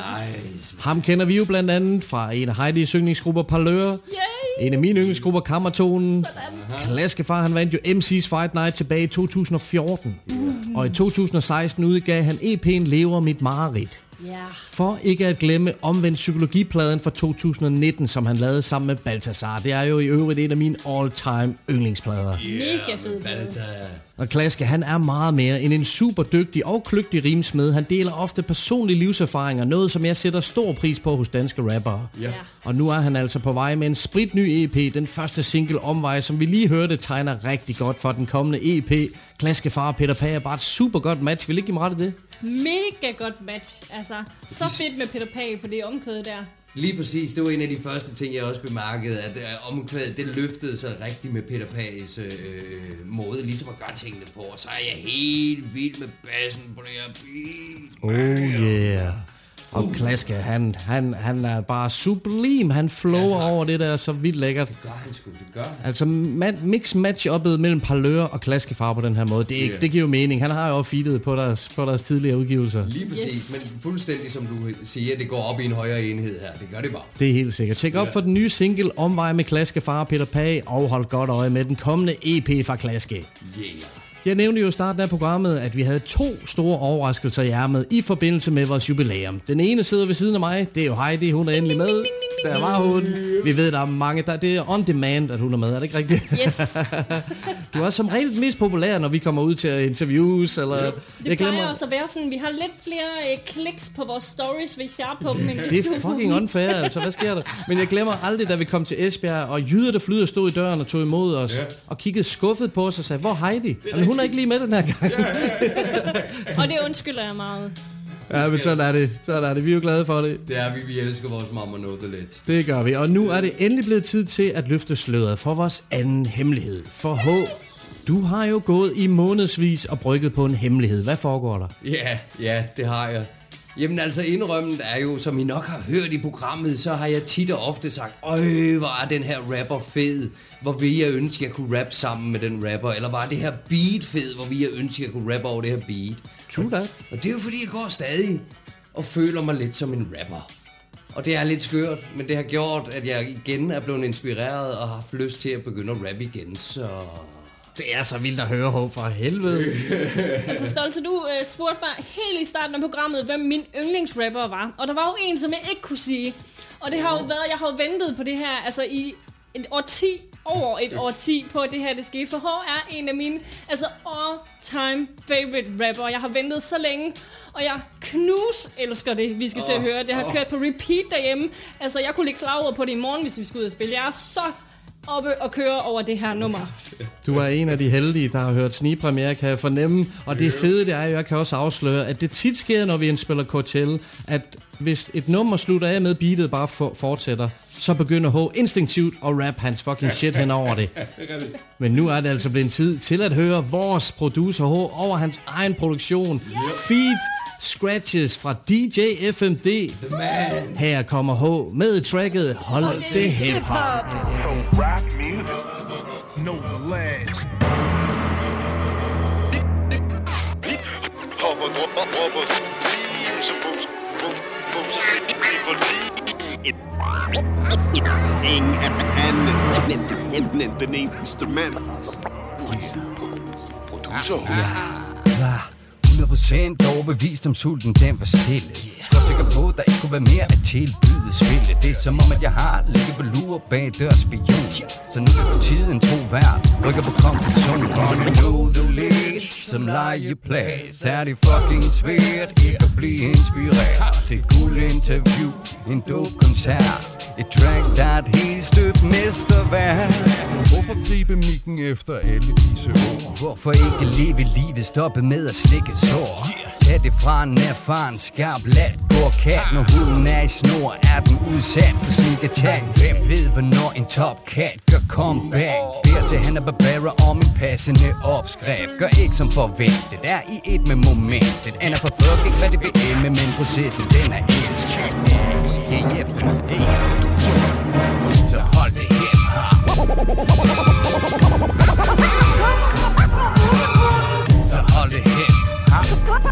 Nice. Ham kender vi jo blandt andet fra en af Heidi's yndlingsgrupper Parlør, en af mine yndlingsgrupper Kammertonen. Klaskefar han vandt jo M C's Fight Night tilbage i to tusind og fjorten, mm. og i to tusind og seksten udgav han E P'en Lever mit mareridt. Yeah. For ikke at glemme omvendt psykologipladen fra to tusind og nitten, som han lavede sammen med Balthazar. Det er jo i øvrigt en af mine all-time yndlingsplader. Yeah, mega fed plade. Og Klaske, han er meget mere end en super dygtig og kløgtig rimsmed. Han deler ofte personlige livserfaringer, noget som jeg sætter stor pris på hos danske rappere. Yeah. Og nu er han altså på vej med en spritny E P. Den første single Omvej, som vi lige hørte, tegner rigtig godt for den kommende E P. Klaskefar og Peter Pag er bare et super godt match. Vil I ikke give mig ret i det? Mega godt match. Altså, så fedt med Peter Pag på det omkvæd der. Lige præcis, det var en af de første ting, jeg også bemærkede, at uh, omkvædet, det løftede sig rigtig med Peter Pags øh, måde, ligesom at gøre tingene på, og så er jeg helt vild med bassen på det her beat. Oh yeah. Og Klaske, han, han, han er bare sublim. Han flower ja, over det der så vildt lækkert. Det gør han sgu, det gør han. Altså mix match-uppet mellem Parlør og Klaskefar på den her måde, det, yeah. det giver jo mening. Han har jo også feedet på deres, på deres tidligere udgivelser. Lige præcis, yes. Men fuldstændig som du siger, det går op i en højere enhed her. Det gør det bare. Det er helt sikkert. Tjek op yeah. for den nye single Omvej med Klaskefar og Peter Pag, og hold godt øje med den kommende E P fra Klaske. Yeah. Jeg nævnte jo i starten af programmet, at vi havde to store overraskelser i ærmet i forbindelse med vores jubilæum. Den ene sidder ved siden af mig, det er jo Heidi, hun er endelig med. Der var hun. Vi ved, der er mange. Der, det er on demand, at hun er med. Er det ikke rigtigt? Yes. Du er som regel mest populær, når vi kommer ud til interviews. Eller, det jeg plejer glemmer... også at være sådan, vi har lidt flere øh, kliks på vores stories, hvis jeg er på dem. Det er fucking unfair, altså. Hvad sker der? Men jeg glemmer aldrig, da vi kom til Esbjerg, og Jyder, der flyder, stod i døren og tog imod os, ja. og kiggede skuffet på os og sagde, hvor er Heidi? Men hun er ikke lige med den her gang. Og det undskylder jeg meget. Ja, men sådan er det. Sådan er det. Vi er jo glade for det. Det er vi. Vi elsker vores Mama Know The Ledge. Det gør vi. Og nu er det endelig blevet tid til at løfte sløret for vores anden hemmelighed. For H, du har jo gået i månedsvis og brygget på en hemmelighed. Hvad foregår der? Ja, ja, det har jeg. Jamen altså, indrømmet er jo, som I nok har hørt i programmet, så har jeg tit og ofte sagt, øj, hvor er den her rapper fed, hvor vil jeg ønske, jeg kunne rappe sammen med den rapper, eller var det her beat fed, hvor vil jeg ønske, jeg kunne rappe over det her beat. True that. Og det er jo fordi, jeg går stadig og føler mig lidt som en rapper. Og det er lidt skørt, men det har gjort, at jeg igen er blevet inspireret og har haft lyst til at begynde at rappe igen, så... Det er så vildt at høre, Håb, for helvede. Altså, Stolse, du øh, spurgte mig helt i starten af programmet, hvem min yndlingsrapper var. Og der var jo en, som jeg ikke kunne sige. Og det har jo været, jeg har jo ventet på det her, altså i et årti, over et årti på, at det her det skete. For H er en af mine, altså all-time favorite rapper. Jeg har ventet så længe, og jeg knus elsker det, vi skal oh, til at høre. Det har oh. kørt på repeat derhjemme. Altså, jeg kunne lægge slagord på det i morgen, hvis vi skulle ud og spille. Jeg er så oppe og køre over det her nummer. Du er en af de heldige, der har hørt snigpremiere, kan jeg fornemme. Og det fede det er, at jeg kan også afsløre, at det tit sker, når vi indspiller Coachella, at hvis et nummer slutter af med, beatet bare for, fortsætter, så begynder H instinktivt at rap hans fucking shit hen over det. Men nu er det altså blevet tid til at høre vores producer H over hans egen produktion. Feed Scratches fra D J F M D. Her kommer H med tracket Hold det hip-hop. Rap music. Know the ledge. Hopper, hopper, hopper. Så bums, bums, bums, så skal vi få lige. Ingen anden end den eneste mand. Producer. Ja. hundrede procent overbevist om sulten, den var stille. Skal sikker på, at der ikke kunne være mere at tilbyde spille. Det er som om, at jeg har ligget på lur bag dørspion. Så nu er på tiden tro værd. Rykker på comfort zone. On you know the ledge, som legeplads. Er det fucking svært ikke at blive inspireret til et guld interview, en duk-koncert. Et track, der er et helt støbt mesterværk. Hvorfor gribe mikken efter alle disse ord? Hvorfor ikke leve livet, stoppe med at slikke sår? Tag det fra en erfaren, skarp lat, går kat. Når hunden er i snor, er den udsat for sneak attack. Hvem ved, hvornår en top cat gør comeback? Beder til Hanna Barbera om en passende opskrift. Gør ikke som forventet, er i et med momentet. Aner for fuck ikke, hvad det vil ende, men processen den er elsket. Yeah, yeah, for det er så hold det hip-hop. Så hold det hip-hop.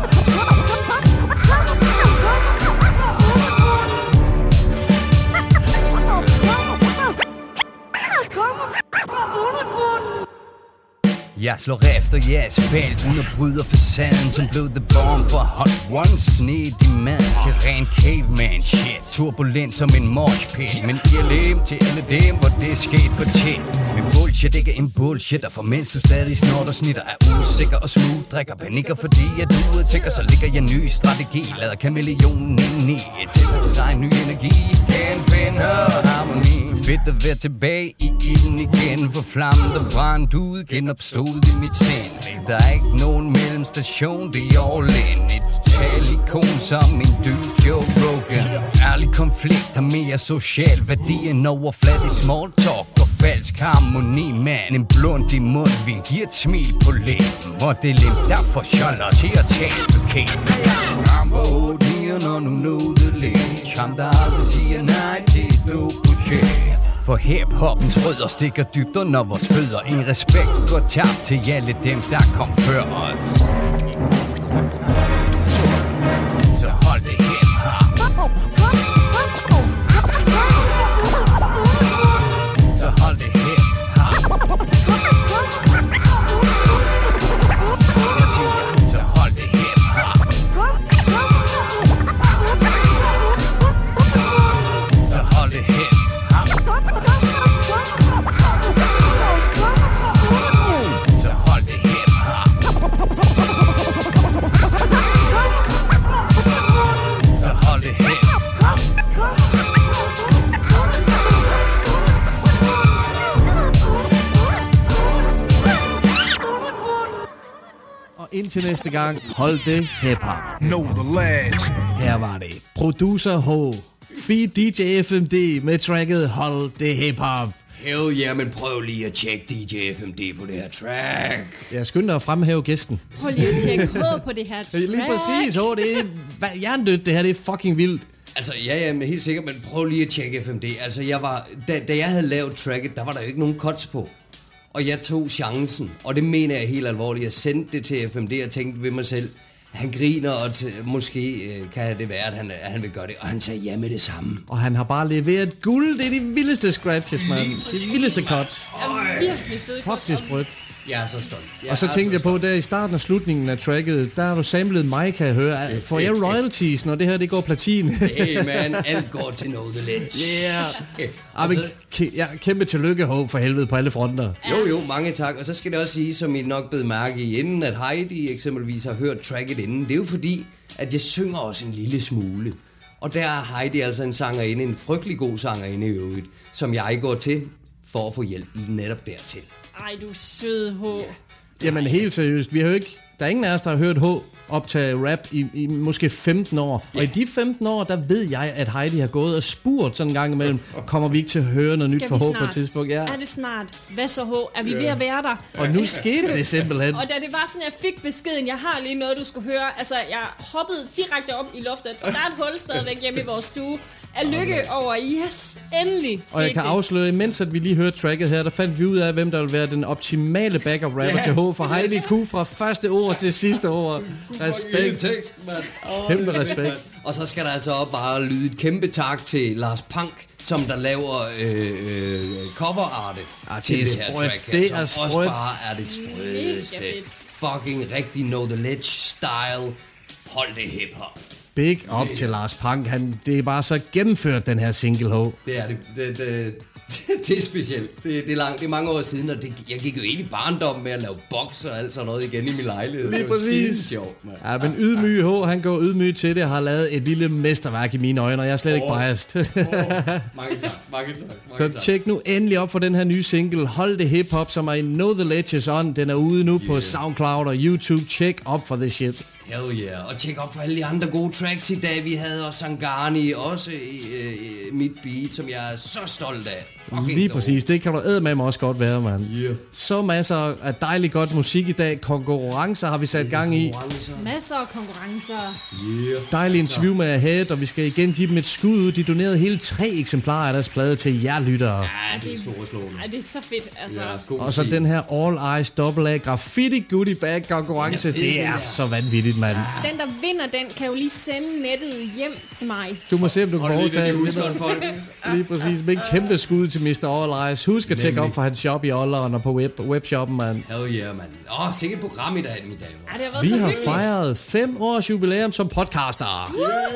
Jeg slår efter i asfalt, hun bryder facaden som blev the bomb for hot one snedig mad. Det er ren caveman shit, turbulent som en moshpit. Men I er lem til alle dem, hvor det er sket for tit. Men bullshit ikke en bullshit, og for mens du stadig snorter snitter, er usikker og smooth, drikker panikker fordi at du udtænker, så ligger jeg ny strategi. Lader kameleonen ind i et tilfælde sig ny energi. Genfinder harmoni. Fedt at være tilbage i ilden igen, for flammen der brændte ud, genopstod i mit sind. Der er ikke nogen mellemstation, det er all in. Et total ikon som en dude Joe Rogan. Ærlig konflikt har mere social værdi end overfladig small talk og falsk harmoni. Man, en blund i mundvin giver et smil på læben, hvor det lim der får sjoller til at tale på kæben. I'm for hovedet, når nu know the ledge. Ham der aldrig siger nej til et projekt. For hip-hoppens rødder stikker dybt under vores fødder. En respekt går tabt til alle dem, der kom før os. Så hold det hip-hop. Så hold det hip-hop. Jeg siger, så hold det hip-hop. Så hold det hip-hop. indtil næste gang, hold det hip-hop. Know the lads. Her var det Producer H, feed D J F M D med tracket Hold det hip-hop. Hell yeah, men prøv lige at tjekke D J F M D på det her track. Jeg skynder at fremhæve gæsten. Prøv lige at tjekke H på det her track. Lige præcis, H, det er hjernedødt, det her, det er fucking vildt. Altså, ja, ja, men helt sikkert, men prøv lige at tjekke F M D. Altså, jeg var, da, da jeg havde lavet tracket, der var der jo ikke nogen cuts på. Og jeg tog chancen, og det mener jeg helt alvorligt. Jeg sendte det til F M D og tænkte ved mig selv, han griner, og t- måske øh, kan det være, at han, at han vil gøre det. Og han sagde ja med det samme. Og han har bare leveret guld. Det er de vildeste scratches, man. De vildeste cuts. Ja, virkelig fed. Fuck, det er sprødt. Jeg er så stolt. Jeg og så tænkte jeg på, der i starten og slutningen af tracket, der har du samlet mig, kan jeg høre. Får jeg royalties, når det her det går platin? Hey man, alt går til Know the Ledge. Yeah. Og så, ja, kæmpe tillykke, H, for helvede på alle fronter. Jo jo, mange tak. Og så skal det også sige, som I nok bed mærke i, inden at Heidi eksempelvis har hørt tracket inden. Det er jo fordi, at jeg synger også en lille smule. Og der er Heidi altså en sangerinde, en frygtelig god sangerinde i øvrigt, som jeg går til for at få hjælp netop dertil. Ej, du er sød, H. Jamen helt seriøst, vi har jo ikke, der er ingen af os, der har hørt H optage rap i, i måske femten år. Og i de femten år, der ved jeg, at Heidi har gået og spurgt sådan en gang imellem, kommer vi ikke til at høre noget nyt for H på et tidspunkt? Ja. Er det snart? Hvad så, H? Er vi ved at være der? Og nu skete det simpelthen. Og da det var sådan, jeg fik beskeden, jeg har lige noget, du skulle høre. Altså, jeg hoppede direkte op i loftet. Der er et hul stadigvæk hjemme i vores stue. Af lykke over, yes, endelig. Og jeg kan afsløre, imens at vi lige hørte tracket her, der fandt vi ud af, hvem der vil være den optimale backup rapper til H, for Heidi Q fra første ord til sidste ord. Respekt. Kæmpe respekt. Og så skal der altså også bare lyde et kæmpe tak til Lars Punk, som der laver øh, øh, coverarte ah, til det, det her sprødt. track. Det er sprødt. Også bare er det sprødeste. Fucking rigtig Know the Ledge style. Hold det hip-hop. Big up yeah. til Lars Punk. Han, det er bare så gennemført, den her single H. Det er det. Det, det, det, det er specielt. Det, det, er lang, det er mange år siden, og det, jeg gik jo ind i barndommen med at lave boks og alt sådan noget igen i min lejlighed. Lige præcis. Sjovt, man. Ja, men ydmyg H, han går ydmyg til det og har lavet et lille mesterværk i mine øjne, og jeg er slet oh. ikke biased. oh. Mange tak, mange tak. Mange så tjek nu endelig op for den her nye single, Hold det hip-hop, som er i Know the Ledges on. Den er ude nu yeah. på SoundCloud og YouTube. Tjek op for this shit. Hell yeah. Og tjek op for alle de andre gode tracks i dag. Vi havde også Sangani, også i øh, mit beat, som jeg er så stolt af. Fucking Lige præcis, det kan du eddermame også godt være, mand. Yeah. Så masser af dejligt godt musik i dag. Konkurrencer har vi sat gang i. Masser af konkurrencer. Yeah. Dejligt interview med Ahead, og vi skal igen give dem et skud ud. De donerede hele tre eksemplarer af deres plade til jer lyttere. Ja, det er store slående. Ja, det er så fedt, altså. Ja, og så den her All Eyes Double A Graffiti Goodie Bag konkurrence. Det er så vanvittigt, mand. Ja. Den, der vinder den, kan jo lige sende nettet hjem til mig. Du må se, om du kan foretage det. Lige præcis. Med en kæmpe skud til mister All Eyes. Husk at tjekke op for hans shop i Olleren og på web, webshoppen, mand. Hell yeah, man. Åh, oh, sikkert program i dag, mine damer. Ja, det har været Vi så har hyggeligt. fejret fem års jubilæum som podcaster.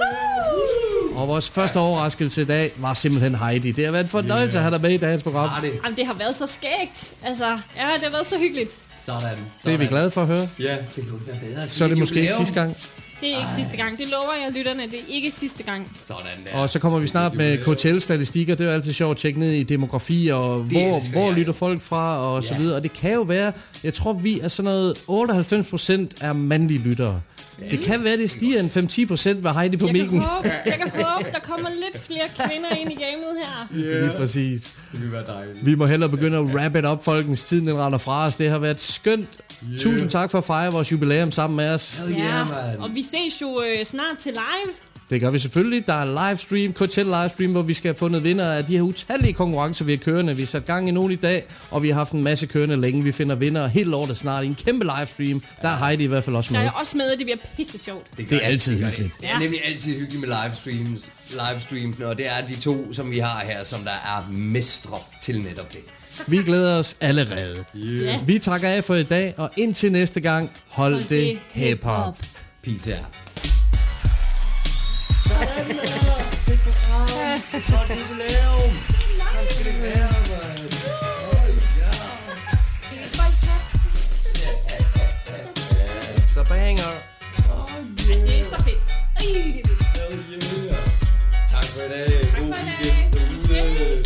Woohoo! Og vores første overraskelse i dag var simpelthen Heidi. Det har været en fornøjelse yeah. at have dig med i dagens program. Ja, det. Jamen, det har været så skægt. Altså, ja, det har været så hyggeligt. Sådan. Sådan. Det er vi glade for at høre. Ja, det kunne ikke være bedre. Så er det måske ikke sidste gang. Det er ikke Ej. sidste gang. Det lover jeg lytterne. Det er ikke sidste gang. Sådan der. Og så kommer vi snart med K T L-statistikker. Det er jo altid sjovt at tjekke ned i demografi og det, hvor, det hvor lytter folk fra og ja. så videre. Og det kan jo være, jeg tror vi er sådan noget otteoghalvfems procent er mandlige lyttere. Det kan være, det stiger en fem til ti procent ved Heidi på mikken. Jeg kan håbe, der kommer lidt flere kvinder ind i gamet her. Yeah. Lige præcis. Det vil være dejligt. Vi må hellere begynde at wrap it up, folkens. Tiden den render fra os. Det har været skønt. Yeah. Tusind tak for at fejre vores jubilæum sammen med os. Hell yeah, ja, man. og vi ses jo øh, snart til live. Det gør vi selvfølgelig. Der er livestream, K T L livestream, hvor vi skal have fundet vinder af de her utallige konkurrencer, vi har kørende. Vi har sat gang i nogen i dag, og vi har haft en masse kørende længe. Vi finder vinder helt over det snart i en kæmpe livestream. Der er Heidi i hvert fald også med. Der er også med, og det bliver pisse sjovt. Det, det er altid det hyggeligt. Det er nemlig altid hyggeligt med livestreams, livestreams, og det er de to, som vi har her, som der er mestre til netop det. Vi glæder os allerede. Yeah. Vi takker af for i dag, og indtil næste gang, hold, hold det hip-hop. Peace out. Sådan der. Det program. Det er godt jubilæum. Sådan skal det være, man. Så banger. Det er så fedt. Ej, det er fedt. Tak for i dag. Tak for i dag.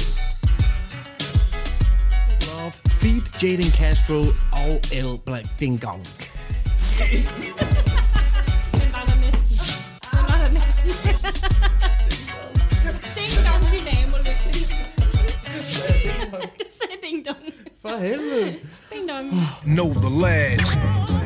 Love, feed Jaden Castro og El Black Ding Dong. Den var der næsten. Den var der næsten. Ding dong, dynamo lygte. Du sagde ding dong. For helvede. Ding dong. Know the lads.